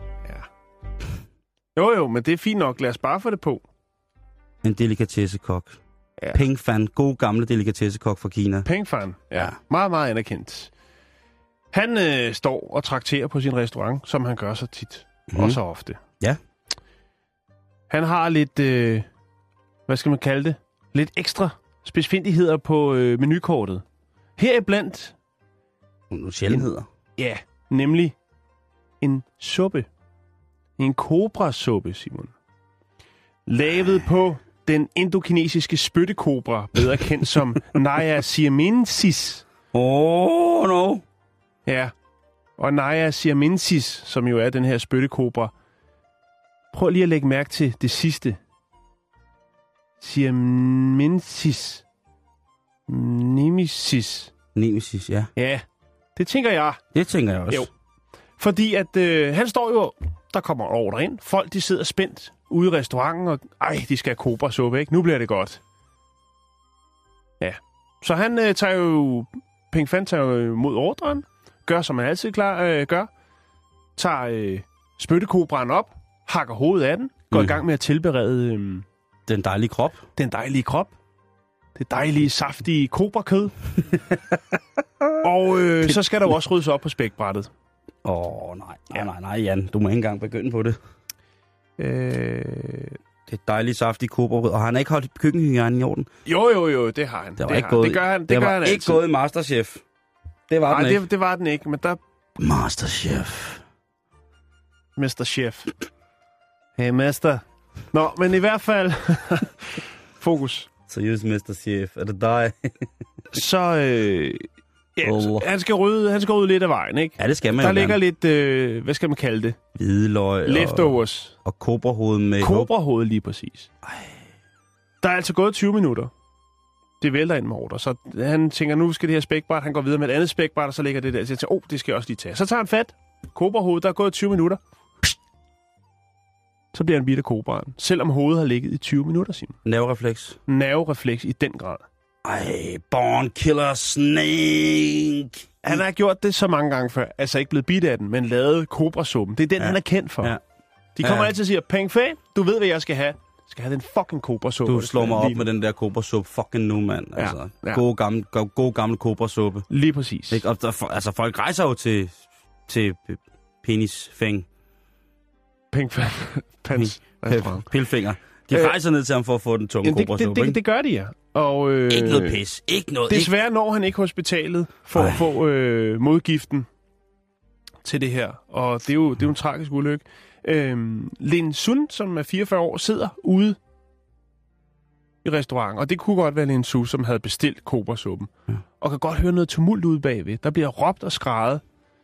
Jo, men det er fint nok. Lad os bare få det på. En delikatessekok. Ja. Peng Fan, god gamle delikatessekok fra Kina. Peng Fan, ja. Meget, meget anerkendt. Han står og trakterer på sin restaurant, som han gør så tit. Og så ofte. Ja. Han har lidt, hvad skal man kalde det? Lidt ekstra spidsfindigheder på menukortet. Heriblandt... Nogle sjældenheder. Ja, nemlig en suppe. En kobrasuppe, Simon. Lavet på den indokinesiske spyttekobra, bedre kendt som Naja siamensis. No. Ja, og Naja siamensis, som jo er den her spyttekobra. Prøv lige at lægge mærke til det sidste. Siamensis. Nemesis, ja. Ja, det tænker jeg. Det tænker jeg også. Jo. Fordi at han står jo, der kommer ordre ind. Folk, de sidder spændt ude i restauranten, og de skal have kobrasuppe, ikke? Nu bliver det godt. Ja. Så han tager jo, Peng Fan tager jo mod ordren, gør som han altid gør, tager spyttekobraen op, hakker hovedet af den, går i gang med at tilberede den dejlige krop. Det dejlige, saftige kobrakød. Og så skal der jo også ryddes op på spækbrættet. Nej, Jan. Du må ikke engang begynde på det. Det dejlige, saftige kobrakød. Og han har ikke holdt køkkenhygiejnen i orden? Jo, det har han. Det var ikke gået i Masterchef. Det var den ikke. Det var den ikke, men der... Masterchef. Mr. Chef. Hey, mester. Nå, men i hvert fald... Fokus. Seriøst, Mr. Chef. Er det dig? Så... han skal rydde lidt af vejen, ikke? Ja, det skal man der ligger lidt, hvad skal man kalde det? Hvidløg. Leftovers. Og kobrahoved med... Kobrahoved lige præcis. Der er altså gået 20 minutter. Det vælter ind med ordre. Så han tænker, nu skal det her spækbræt. Han går videre med et andet spækbræt, og så ligger det der. Så jeg tænker, det skal jeg også lige tage. Så tager han fat. Kobrahoved, der er gået 20 minutter. Så bliver han bidt af kobraen. Selvom hovedet har ligget i 20 minutter, Simon. Nerverefleks i den grad. Born Killer Snake. Han har gjort det så mange gange før. Altså ikke blevet bidt af den, men lavet kobrasuppen. Det er den, han er kendt for. Ja. De kommer altid og siger, Peng Fan, du ved, hvad jeg skal have. Jeg skal have den fucking kobrasuppe. Du slår mig op med den der kobrasuppe fucking nu, mand. Altså, god gammel kobrasuppe. Lige præcis. Ikke? Og altså, folk rejser jo til penisfæng. Peng Fan. Pilfinger. De rejser ned til ham for at få den tunge kobrasuppe. Det gør de, ja. Og, ikke noget pis. Ikke noget. Desværre når han ikke hospitalet for at få modgiften til det her. Og det er jo en tragisk ulykke. Lin Sun, som er 44 år, sidder ude i restauranten. Og det kunne godt være Lin Sun, som havde bestilt kobrasuppen. Ja. Og kan godt høre noget tumult ude bagved. Der bliver råbt og skrædet.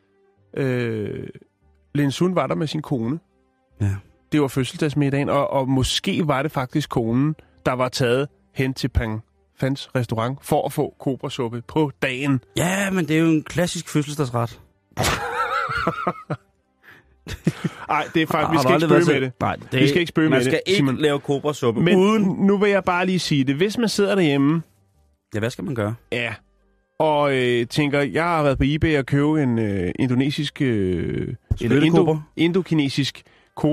Lin Sun var der med sin kone. Ja. Det var fødselsdagsmiddagen, og måske var det faktisk konen, der var taget hen til Peng Fans restaurant for at få kobrasuppe på dagen. Ja, men det er jo en klassisk fødselsdagsret. Nej, det er faktisk, vi skal ikke spøge med det. Nej, vi skal ikke spøge med det. Man skal ikke Simon. lave kobrasuppe Men uden... nu vil jeg bare lige sige det. Hvis man sidder derhjemme... Ja, hvad skal man gøre? Ja. Og tænker, jeg har været på eBay og købe en indonesisk... indokinesisk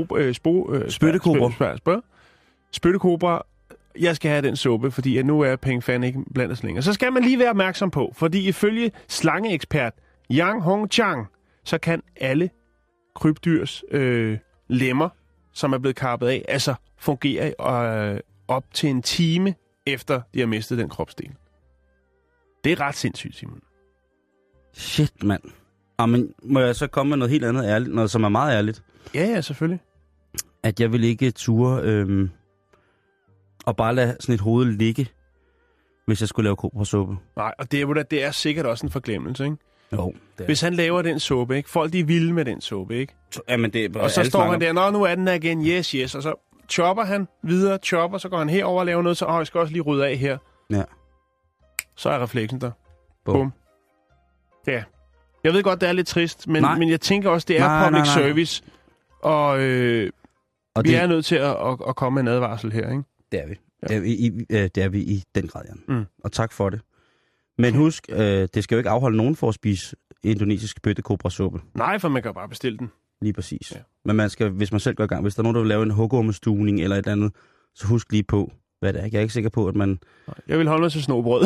spyttekobra. Jeg skal have den suppe, fordi at nu er penge fandme ikke blandt os længere. Så skal man lige være opmærksom på, fordi ifølge slangeekspert Yang Hong Chang, så kan alle krybdyrs lemmer, som er blevet kappet af, altså fungere op til en time efter de har mistet den kropsdel. Det er ret sindssygt, Simon. Shit, mand. Men må jeg så komme med noget helt andet ærligt, noget som er meget ærligt? Ja, selvfølgelig. At jeg vil ikke ture og bare lade sådan et hoved ligge, hvis jeg skulle lave kobrasuppe. Nej, og det er sikkert også en forglemmelse, ikke? Jo, det er. Hvis han laver den suppe, ikke? Folk, de er vilde med den suppe, ikke? Jamen, det er, og så står han der, nu er den der igen, yes, og så chopper han videre, så går han herover og laver noget, så jeg skal også lige rydde af her. Ja. Så er refleksen der. Bum. Ja. Jeg ved godt, det er lidt trist, men jeg tænker også, det er public service, og vi er nødt til at komme med en advarsel her, ikke? Det er vi. Ja. Det er vi i den grad, Jan. Og tak for det. Men husk, det skal jo ikke afholde nogen for at spise indonesisk spyttekobrasuppe. Nej, for man kan bare bestille den. Lige præcis. Ja. Men man skal, hvis man selv går i gang, hvis der er nogen, der vil lave en hugormestuning eller et eller andet, så husk lige på, hvad det er. Jeg er ikke sikker på, at man... Jeg vil holde mig til snobrød.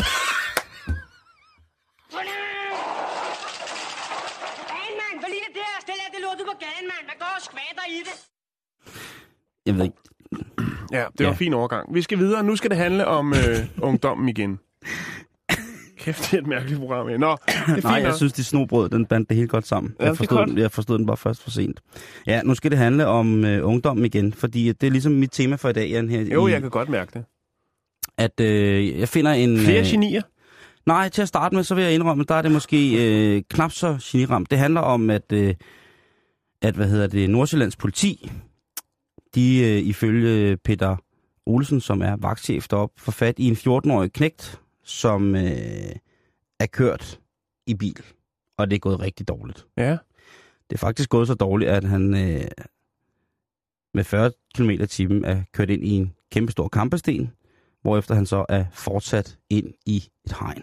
Jeg ved ikke. Ja, det var en fin overgang. Vi skal videre. Nu skal det handle om ungdommen igen. Kæft, det er et mærkeligt program. Nå, det er fint. Nej, jeg synes, det snobrød, den bandt det helt godt sammen. Ja, jeg forstod den bare først for sent. Ja, nu skal det handle om ungdommen igen, fordi det er ligesom mit tema for i dag, Jan. Her jo, jeg kan godt mærke det. At jeg finder en... Flere genier? Nej, til at starte med, så vil jeg indrømme, der er det måske knap så geniramt. Det handler om, at Nordsjællands politi, de ifølge Peter Olsen, som er vagtchef deroppe, får fat i en 14-årig knægt, som er kørt i bil, og det er gået rigtig dårligt. Ja. Det er faktisk gået så dårligt, at han med 40 km/t er kørt ind i en kæmpestor kampesten, hvorefter han så er fortsat ind i et hegn.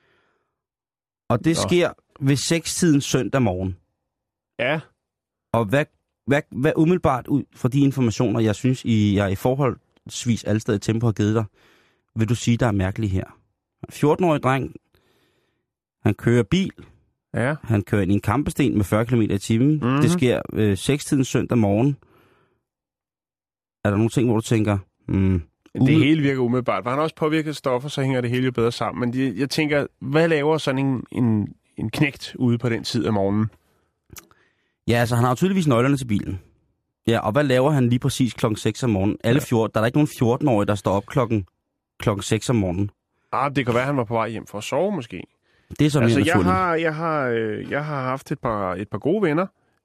Og det sker ved 6-tiden søndag morgen. Ja. Og hvad umiddelbart ud fra de informationer, jeg synes, jeg i forholdsvis allestede tempo har givet dig, vil du sige, der er mærkeligt her? 14-årig dreng, han kører bil, han kører ind i en kampesten med 40 km/t. Mm-hmm. Det sker 6-tiden søndag morgen. Er der nogle ting, hvor du tænker... Det hele virker umiddelbart. Var han også påvirket stoffer, så hænger det hele jo bedre sammen. Men jeg tænker, hvad laver sådan en knægt ude på den tid af morgenen? Ja, altså han har jo tydeligvis nøglerne til bilen. Ja, og hvad laver han lige præcis klokken 6 om morgenen? Der er der ikke nogen 14-årige, der står op klokken 6 om morgenen. Det kan være, han var på vej hjem for at sove, måske. Det er så mere naturligt. Jeg har haft et par gode venner,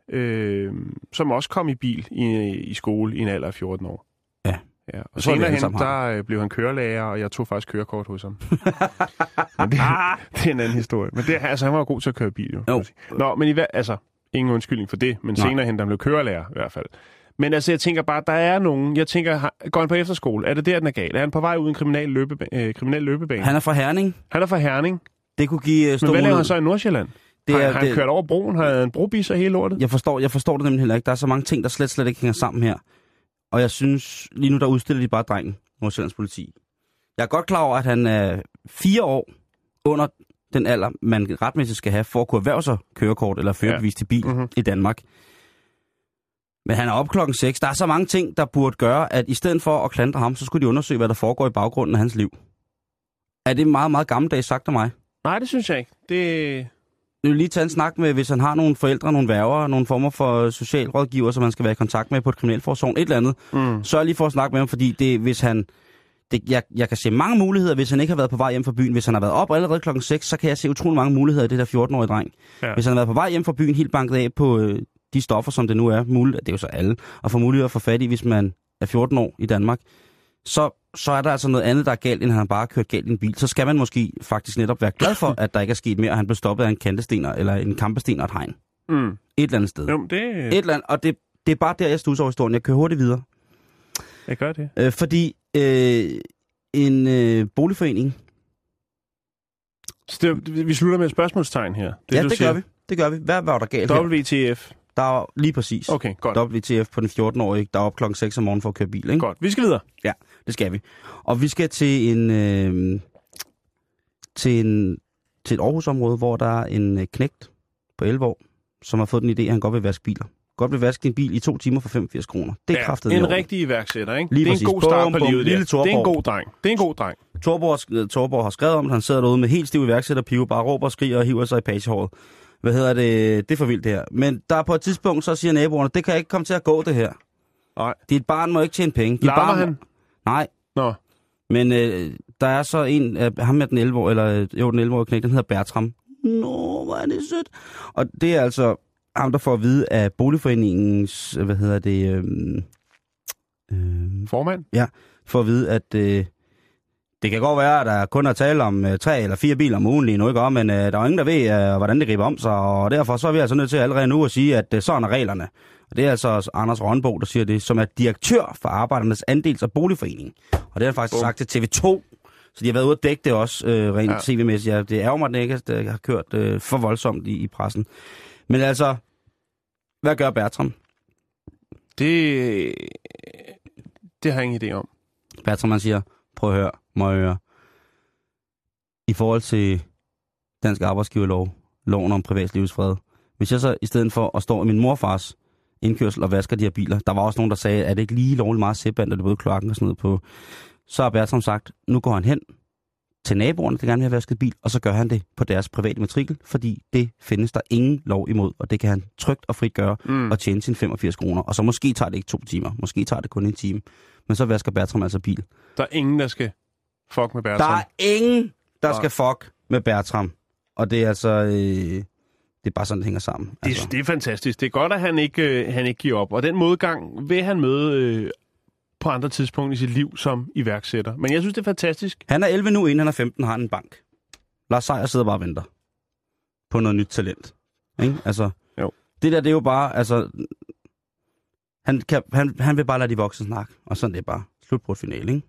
som også kom i bil i skole i en alder af 14 år. Ja, og senere hen, der blev han kørelærer, og jeg tog faktisk kørekort hos ham. Men det er en anden historie. Men han var jo god til at køre bil, jo. Nå, men ingen undskyldning for det, men senere hen, der blev kørelærer i hvert fald. Men altså, jeg tænker bare, der er nogen... Jeg tænker, går han på efterskole? Er det der, den er gal? Er han på vej ud i en kriminel løbebane? Han er fra Herning. Det kunne give Men hvad laver han så i Nordsjælland? Har han kørt over broen? Har han en brobis og hele lortet? Jeg forstår det nemlig heller ikke. Der er så mange ting, der slet ikke hænger sammen her. Og jeg synes, lige nu der udstiller de bare drengen, Nordsjællands politi. Jeg er godt klar over, at han er 4 år under den alder, man retmæssigt skal have for at kunne erhverve sig kørekort eller førerbevis til bil i Danmark. Men han er op klokken 6. Der er så mange ting, der burde gøre, at i stedet for at klandre ham, så skulle de undersøge, hvad der foregår i baggrunden af hans liv. Er det meget, meget gammeldags sagt af mig? Nej, det synes jeg ikke. Jeg vil lige tage en snak med, hvis han har nogle forældre, nogle værger, nogle former for socialrådgiver, som han skal være i kontakt med på et kriminalforsorg, et eller andet. Så er lige for at snakke med ham, fordi jeg kan se mange muligheder, hvis han ikke har været på vej hjem fra byen. Hvis han har været op allerede klokken 6, så kan jeg se utrolig mange muligheder i det der 14-årige dreng. Ja. Hvis han har været på vej hjem fra byen, helt banket af på de stoffer, som det nu er muligt, det er jo så alle, og få mulighed at få fat i, hvis man er 14 år i Danmark, så er der altså noget andet, der er galt, end han bare har kørt galt i en bil. Så skal man måske faktisk netop være glad for, at der ikke er sket mere, og han blev stoppet af en kantesten eller en kampesten og et hegn. Et eller andet sted. Jo, det... Et eller andet, og Det er bare der, jeg studser over historien. Jeg kører hurtigt videre. Jeg gør det. Fordi en boligforening... Vi slutter med et spørgsmålstegn her. Det gør vi. Hvad var der galt WTF. her? Der er lige præcis. Okay, godt. WTF på den 14-årige, der er op klokken 6 om morgenen for at køre bil, ikke? Godt. Vi skal videre. Ja, det skal vi. Og vi skal til et Aarhusområde, hvor der er en knægt på 11 år, som har fået den idé, at han godt vil vaske biler. Godt vil vaske din bil i 2 timer for 85 kroner. Det er kraftet en rigtig iværksætter, ikke? Lige det er præcis. En god start på livet. Lille det er en god dreng. Torborg har skrevet om det. Han sidder derude med helt stiv iværksætterpive, bare råber og skriger og hiver sig i pagehåret. Det er for vildt det her. Men der er på et tidspunkt, så siger naboerne, det kan ikke komme til at gå det her. Nej. Dit barn må ikke tjene penge. Larmer han? Nej. Nå. Men der er så en af ham med den 11-årige knægt, den hedder Bertram. Nå, hvor er det sødt. Og det er altså ham, der får at vide af boligforeningens, formand? Ja, får at vide, at det kan godt være, at der kun er tale om 3 eller 4 biler om ugen lige nu, ikke? Men der er ingen, der ved, hvordan det griber om sig, og derfor så er vi altså nødt til allerede nu at sige, at sådan er reglerne. Og det er altså Anders Rønbo, der siger det, som er direktør for Arbejdernes Andels- og Boligforening. Og det har han faktisk sagt til TV2, så de har været ude at dække det også rent tv-mæssigt. Ja, det ærger mig, at det ikke har kørt for voldsomt i pressen. Men altså, hvad gør Bertram? Det har jeg ingen idé om. Bertram, han siger, prøv at høre, må jeg høre. I forhold til Dansk Arbejdsgiverlov, loven om privatlivsfred, hvis jeg så i stedet for at stå i min morfars indkørsel og vasker de her biler, der var også nogen, der sagde, at det ikke lige lovligt meget sæband, og det både kloakken og sådan noget på, så har Bertram sagt, nu går han hen til naboerne, der gerne vil have vasket bil, og så gør han det på deres private matrikel, fordi det findes der ingen lov imod, og det kan han trygt og frit gøre og tjene sine 85 kroner. Og så måske tager det ikke 2 timer, måske tager det kun 1 time, men så vasker Bertram altså bil. Der er ingen, der skal fuck med Bertram. Der er ingen, der skal fuck med Bertram. Og det er altså... det er bare sådan, det hænger sammen. Altså. Det er fantastisk. Det er godt, at han ikke giver op. Og den modgang vil han møde på andre tidspunkter i sit liv som iværksætter. Men jeg synes, det er fantastisk. Han er 11 nu, inden han er 15, har han en bank. Lars Seier sidder bare og venter på noget nyt talent. Ikke? Altså, jo. Det der, det er jo bare... Altså, han vil bare lade de voksne snakke. Og sådan det er bare slut på et finale, ikke?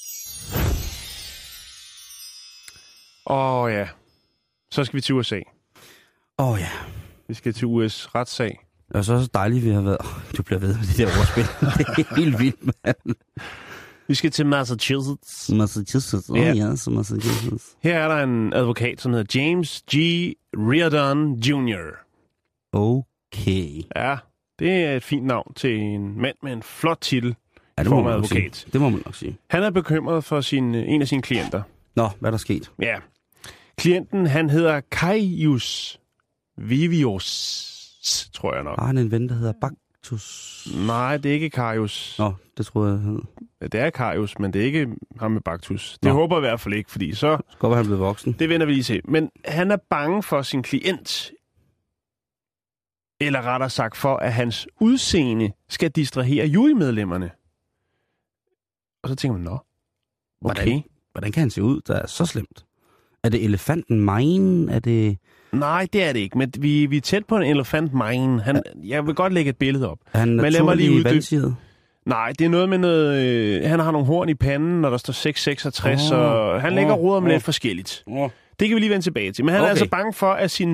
Ja. Så skal vi til USA. Ja. Vi skal til US retssag. Og så er det så dejligt, vi har været... Du bliver ved med det der ordspil. Det er helt vildt, mand. Vi skal til Massachusetts. Massachusetts. Så Massachusetts. Her er der en advokat, som hedder James G. Riordan Jr. Okay. Ja, det er et fint navn til en mand med en flot titel i form af advokat. Det må man nok sige. Han er bekymret for en af sine klienter. Nå, hvad er der sket? Ja. Klienten, han hedder Caius Vivius, tror jeg nok. Har han en ven, der hedder Baktus? Nej, det er ikke Caius. Nå, det tror jeg, han hed. Det er Caius, men det er ikke ham med Baktus. Det håber jeg i hvert fald ikke, fordi så... Skal godt være, han blevet voksen. Det vender vi lige se. Men han er bange for sin klient, eller rettere sagt for, at hans udseende skal distrahere jurymedlemmerne. Og så tænker man, okay. Hvordan kan han se ud, der er så slemt? Er det elefanten Mine? Er det... Nej, det er det ikke, men vi er tæt på en elefant Mine. Jeg vil godt lægge et billede op. Er han naturlig vandsiget? Nej, det er noget med noget... han har nogle horn i panden, når der står 666, og han lægger roder med lidt forskelligt. Det kan vi lige vende tilbage til. Men han er altså bange for,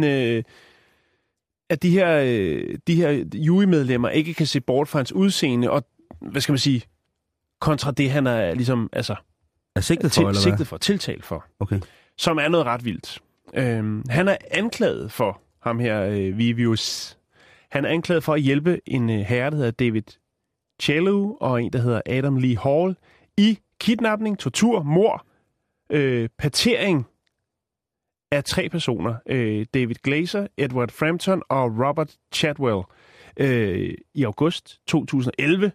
at de her jurymedlemmer ikke kan se bort fra hans udseende, og hvad skal man sige, kontra det, han er ligesom... Altså, er sigtet for, eller hvad? Tiltalt for. Okay. Som er noget ret vildt. Han er anklaget for, ham her Vivius, han er anklaget for at hjælpe en herre, der hedder David Cello, og en, der hedder Adam Lee Hall, i kidnapning, tortur, mord, partering af 3 personer. David Glazer, Edward Frampton og Robert Chadwell i august 2011.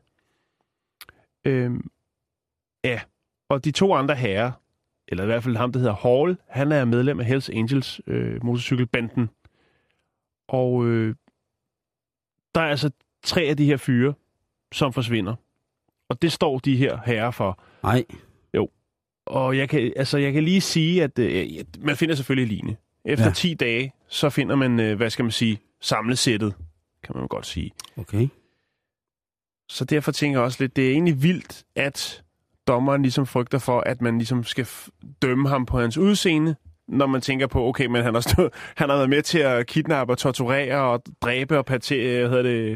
Og de 2 andre herrer, eller i hvert fald ham, der hedder Hall, han er medlem af Hells Angels motorcykelbanden. Og der er altså 3 af de her fyre, som forsvinder. Og det står de her herrer for. Nej. Jo. Og jeg kan lige sige, at man finder selvfølgelig line. Efter 10 dage, så finder man, hvad skal man sige, samlesættet, kan man godt sige. Okay. Så derfor tænker jeg også lidt, det er egentlig vildt, at dommeren ligesom frygter for, at man ligesom skal dømme ham på hans udseende, når man tænker på, okay, men han har været med til at kidnappe og torturere og dræbe og patentere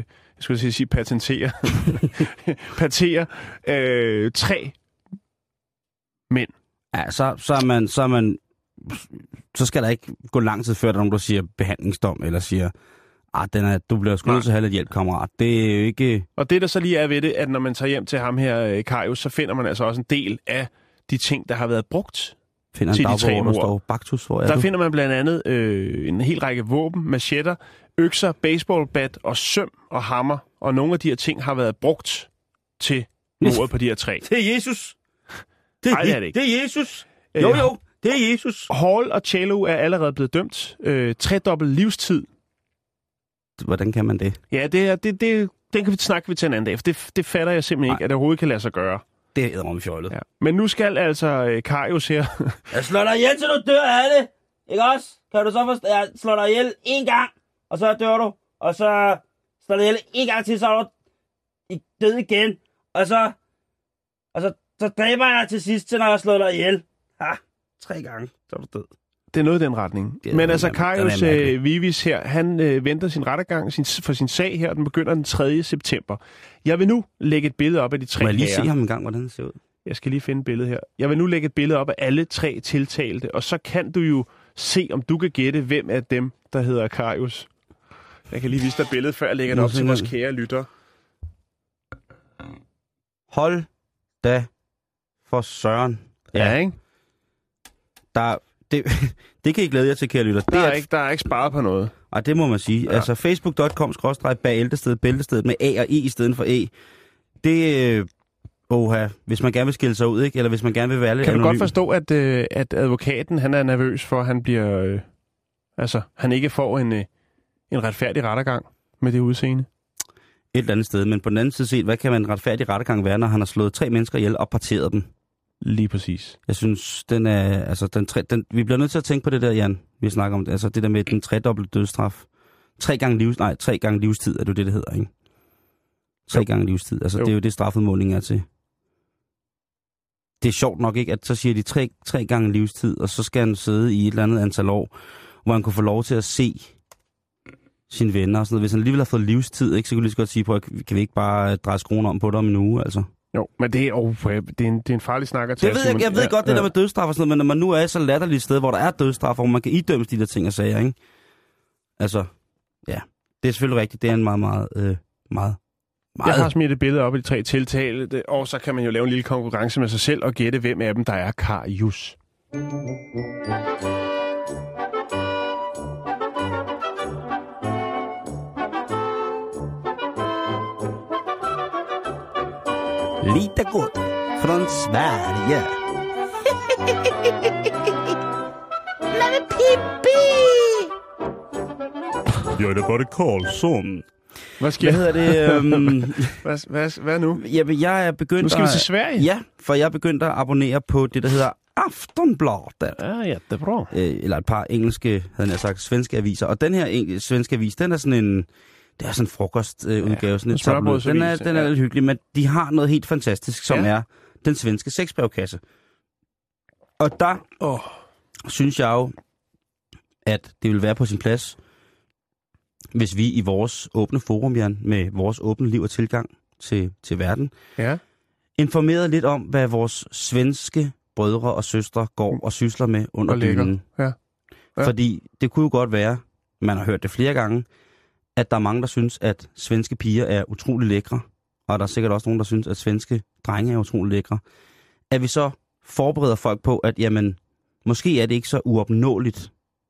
3 mænd. Ja, så skal der ikke gå lang tid før, der er nogen, der siger behandlingsdom, eller siger, du bliver sgu nødt til at have lidt hjælp, kammerat. Det er jo ikke... Og det, der så lige er ved det, at når man tager hjem til ham her, Karius, så finder man altså også en del af de ting, der har været brugt finder til en de 3 mord. Står Baktus, hvor er der du? finder man blandt andet en hel række våben, machetter, økser, baseballbat og søm og hammer. Og nogle af de her ting har været brugt til mordet på de her 3. Det er Jesus! Nej, det er det ikke. Det er Jesus! Jo, det er Jesus! Hall og Chalo er allerede blevet dømt. 3-dobbelt livstid. Hvordan kan man det? Ja, den kan vi snakke til en anden dag, for det fatter jeg simpelthen ikke, at det overhovedet kan lade sig gøre. Det er eddermame fjollet. Ja. Men nu skal altså Karius her... Jeg slår dig ihjel, til du dør af det! Ikke også? Kan du så forstå? Jeg slår dig ihjel 1 gang, og så dør du. Og så slår dig ihjel 1 gang til, så er du død igen. Og så dræber jeg dig til sidst, når jeg slår dig ihjel. 3 gange, så er du død. Det er noget i den retning. Men altså, Karius Vivis her, han venter sin rettergang for sin sag her, og den begynder den 3. september. Jeg vil nu lægge et billede op af de 3 herrer. Må jeg lige se ham en gang, hvordan det ser ud? Jeg skal lige finde et billede her. Jeg vil nu lægge et billede op af alle 3 tiltalte, og så kan du jo se, om du kan gætte, hvem af dem, der hedder Karius. Jeg kan lige vise dig billedet, før jeg lægger det op til vores kære lytter. Hold da for søren. Ja, ikke? Det kan I glæde jer til, kære lytter. Der er ikke sparet på noget. Og det må man sige. Ja. Altså facebook.com/bæltestedet, bæltestedet med A og E i stedet for E. Det hvis man gerne vil skille sig ud, ikke? Eller hvis man gerne vil være lidt Kan du anonym. godt forstå, at advokaten, han er nervøs for, at han bliver... han ikke får en retfærdig rettergang med det udseende? Et eller andet sted. Men på den anden side set, hvad kan man en retfærdig rettergang være, når han har slået 3 mennesker ihjel og parteret dem? Lige præcis. Jeg synes, den er... Altså, vi bliver nødt til at tænke på det der, Jan. Vi snakker om det. Altså, det der med den 3-dobbelte dødsstraf. 3 gange livstid er det det hedder, ikke? 3 gange livstid. Altså, det er jo det, strafudmålingen er til. Det er sjovt nok, ikke? At så siger de 3 gange livstid, og så skal han sidde i et eller andet antal år, hvor han kunne få lov til at se sine venner og sådan noget. Hvis han alligevel har fået livstid, ikke, så kunne vi lige så godt sige på, at kan vi ikke bare dreje skruen om på det om en uge, altså? Jo, men det er en farlig snakker til. Jeg ved godt, det der med dødsstraf og sådan noget, men når man nu er så latterligt sted, hvor der er dødsstraf, hvor man kan idømmes de der ting og sager, ikke? Altså, ja. Det er selvfølgelig rigtigt. Det er en meget... Jeg har smidt et billede op i de 3 tiltalte, og så kan man jo lave en lille konkurrence med sig selv og gætte, hvem af dem, der er Karius. Lite godt från Sverige. Men Pippi! Jag är bara Karlsson. Hvad sker? Hvad hedder det? Hvad nu? Jeg er begyndt nu skal vi til Sverige? Ja, for jeg er begyndt at abonnere på det, der hedder Aftonbladet. Ja, det er bra. Eller et par engelske, havde jeg sagt, svenske aviser. Og den her svenske avis, den er sådan en... Det er sådan en frokostudgave, sådan et tabloid. Den er lidt hyggelig, men de har noget helt fantastisk, som er den svenske sexbrevkasse. Og der synes jeg jo, at det vil være på sin plads, hvis vi i vores åbne forum, Jan, med vores åbne liv og tilgang til verden, informerede lidt om, hvad vores svenske brødre og søstre går og sysler med under dynen. Ja. Fordi det kunne jo godt være, man har hørt det flere gange, at der er mange, der synes, at svenske piger er utrolig lækre, og der er sikkert også nogen, der synes, at svenske drenge er utrolig lækre. At vi så forbereder folk på, at jamen, måske er det ikke så uopnåeligt,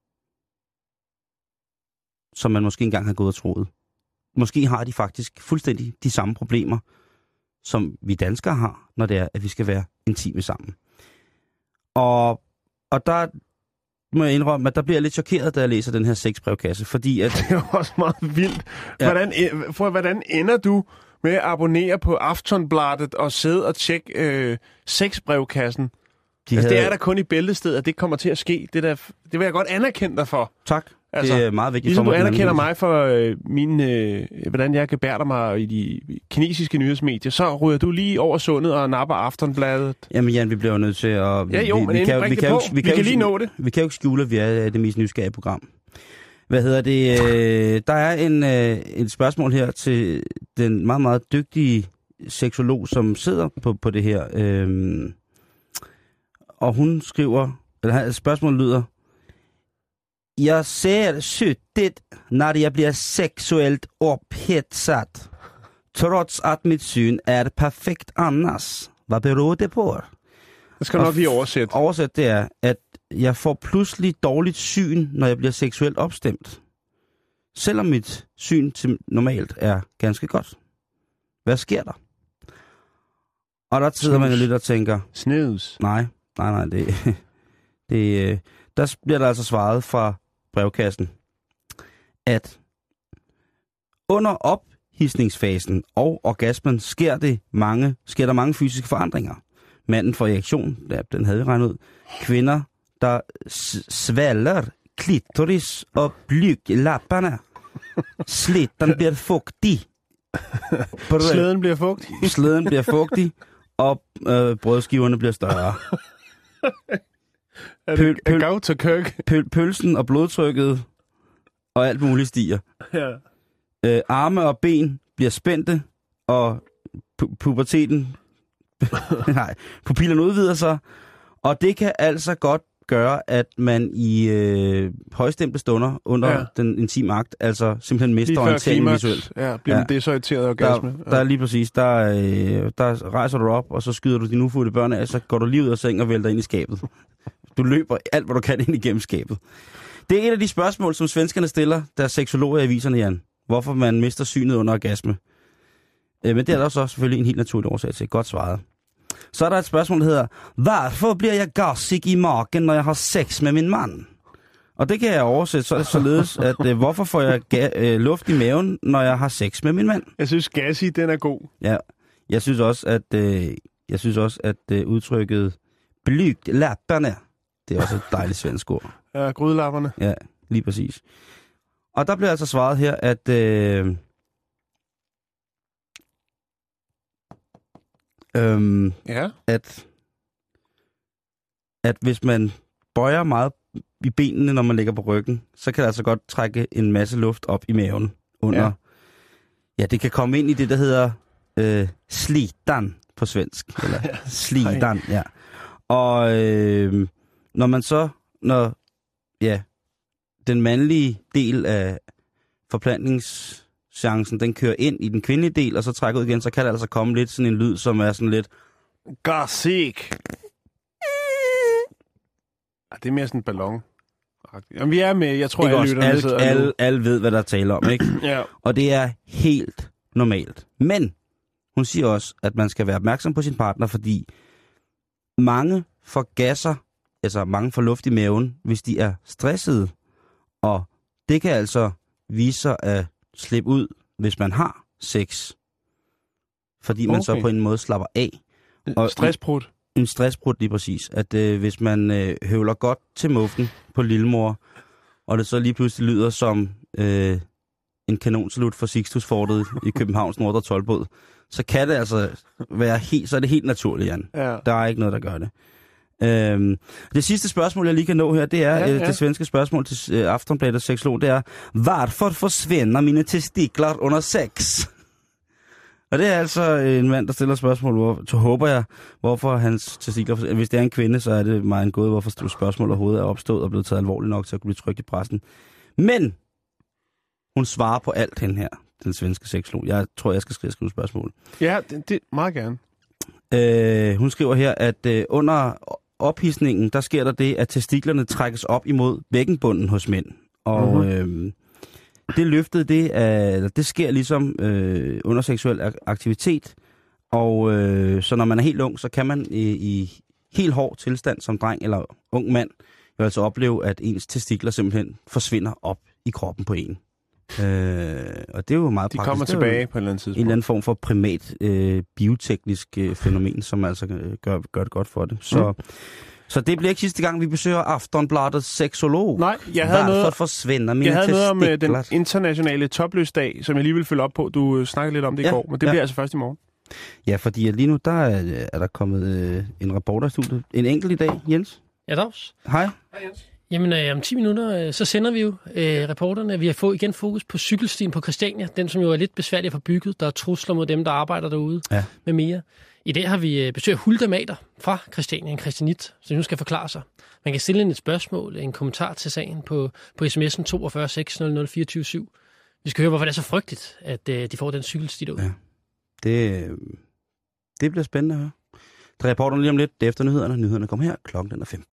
som man måske engang har gået og troet. Måske har de faktisk fuldstændig de samme problemer, som vi danskere har, når det er, at vi skal være intime sammen. Og der må jeg indrømme, at der bliver jeg lidt chokeret, da jeg læser den her sexbrevkasse, fordi at... Det er også meget vildt. Hvordan ender du med at abonnere på Aftonbladet og sidde og tjekke sexbrevkassen? Det er der kun i Bæltestedet, at det kommer til at ske. Det vil jeg godt anerkende dig for. Tak. Altså, det er meget vigtigt ligesom for mig. Du anerkender mig for, hvordan jeg gebærder mig i de kinesiske nyhedsmedier, så ryger du lige over sundet og napper Aftonbladet. Jamen Jan, vi bliver jo nødt til at... Ja jo, men vi kan lige nå det. Vi kan jo ikke skjule, at vi er det mest nysgerrige program. Hvad hedder det? Der er et spørgsmål her til den meget, meget dygtige seksolog, som sidder på det her. Og hun skriver, eller spørgsmålet lyder: Jeg ser suttet när jag blir sexuellt upphetsad, trots att mitt syn är perfekt annars. Hvad beror det på? Det skal du nok lige oversætte. Oversæt, det er, at jeg får pludselig dårligt syn, når jeg bliver seksuelt opstemt. Selvom mit syn til normalt er ganske godt. Hvad sker der? Og der sidder man jo lidt og tænker... Snus. Nej, der bliver der altså svaret fra brevkassen, at under ophidsningsfasen og orgasmen sker der mange fysiske forandringer. Manden får erektion, den havde vi regnet ud. Kvinder, der svælger klitoris og blygdlapperne. Slitten bliver fugtig. Slæden bliver fugtig. Slæden bliver fugtig, og brødskiverne bliver større. Pølsen og blodtrykket og alt muligt stiger. Ja. Arme og ben bliver spændte, og puberteten... Nej, pupillerne udvider sig, og det kan altså godt gøre, at man i højstemte stunder under den intime akt, altså simpelthen mister orienteringen visuelt. Ja, bliver man desorienteret orgasme. Der er lige præcis, der rejser du op, og så skyder du dine ufulde børn af, så går du lige ud af sengen og vælter ind i skabet. Du løber alt, hvad du kan ind igennem skabet. Det er et af de spørgsmål, som svenskerne stiller, der seksologer i aviserne, Jan. Hvorfor man mister synet under orgasme. Men det er der så selvfølgelig en helt naturlig årsag til. Godt svaret. Så er der et spørgsmål, der hedder: Hvorfor bliver jeg gassig i magen, når jeg har sex med min mand? Og det kan jeg oversætte således, at hvorfor får jeg luft i maven, når jeg har sex med min mand? Jeg synes, gassig, den er god. Ja, jeg synes også, at udtrykket blygdlapperne, det er også et dejligt svensk ord. Ja, grydellapperne. Ja, lige præcis. Og der bliver altså svaret her, at hvis man bøjer meget i benene, når man ligger på ryggen, så kan det altså godt trække en masse luft op i maven under. Ja, det kan komme ind i det, der hedder slitan på svensk. Eller slitan, ja. Og når den mandlige del af forplantningschancen, den kører ind i den kvindelige del, og så trækker ud igen, så kan der altså komme lidt sådan en lyd, som er sådan lidt... Gassig. Det er mere sådan en ballon. Jamen, vi er med. Jeg tror, alle ved, hvad der er tale om, ikke? Ja. Og det er helt normalt. Men hun siger også, at man skal være opmærksom på sin partner, fordi mange får gasser, altså mange får luft i maven, hvis de er stressede. Og det kan altså vise sig at slippe ud, hvis man har sex. Fordi man så på en måde slapper af. Stressbrud. En stressbrud, lige præcis. At hvis man høvler godt til muffen på lillemor, og det så lige pludselig lyder som en kanonsalut for Sixtusfortet i Københavns Nordre Toldbåd, så kan det altså være så er det helt naturligt, Jan. Ja. Der er ikke noget, der gør det. Det sidste spørgsmål, jeg lige kan nå her, det er det svenske spørgsmål til Aftonbladet seksolog, det er: Hvorfor forsvinder mine testikler under sex? Og det er altså en mand, der stiller spørgsmål, så håber jeg, hvorfor hans testikler... Hvis det er en kvinde, så er det meget en gåde, hvorfor spørgsmålet overhovedet er opstået og blevet taget alvorligt nok til at kunne blive trykt i pressen. Men hun svarer på alt hende her, den svenske seksolog. Jeg tror, jeg skal skrive spørgsmål. Ja, det meget gerne. Hun skriver her, at under ophidsningen, der sker der det, at testiklerne trækkes op imod bækkenbunden hos mænd. Og det løftet, det sker ligesom under seksuel aktivitet. Og så når man er helt ung, så kan man i helt hård tilstand som dreng eller ung mand jo altså opleve, at ens testikler simpelthen forsvinder op i kroppen på en. Og det er jo meget praktisk. De kommer tilbage på et eller andet tidspunkt. En eller anden form for primat bioteknisk fænomen, som altså gør det godt for det. Så Så det bliver ikke sidste gang, vi besøger Aftonbladets seksolog. Nej, jeg havde noget, forsvinder mine jeg havde noget om testikler. den internationale topløsdag, som jeg lige vil følge op på. Du snakkede lidt om det i går, men det bliver altså først i morgen. Ja, fordi lige nu, der er der kommet en reporter i studiet. En enkelt i dag, Jens. Ja, dags. Hej. Hej, Jens. Jamen, om 10 minutter, så sender vi jo reporterne. Vi har igen fokus på cykelstien på Christiania, den som jo er lidt besværlig at få bygget. Der er trusler mod dem, der arbejder derude med mere. I dag har vi besøg af Hulda Mader fra Christiania, en christianit, som nu skal forklare sig. Man kan stille et spørgsmål, en kommentar til sagen på sms'en 42 600 24 Vi skal høre, hvorfor det er så frygteligt, at de får den cykelsti derude. Ja. Det bliver spændende at høre. Der reporterne lige om lidt efter nyhederne. Nyhederne kommer her. Klokken den er 5.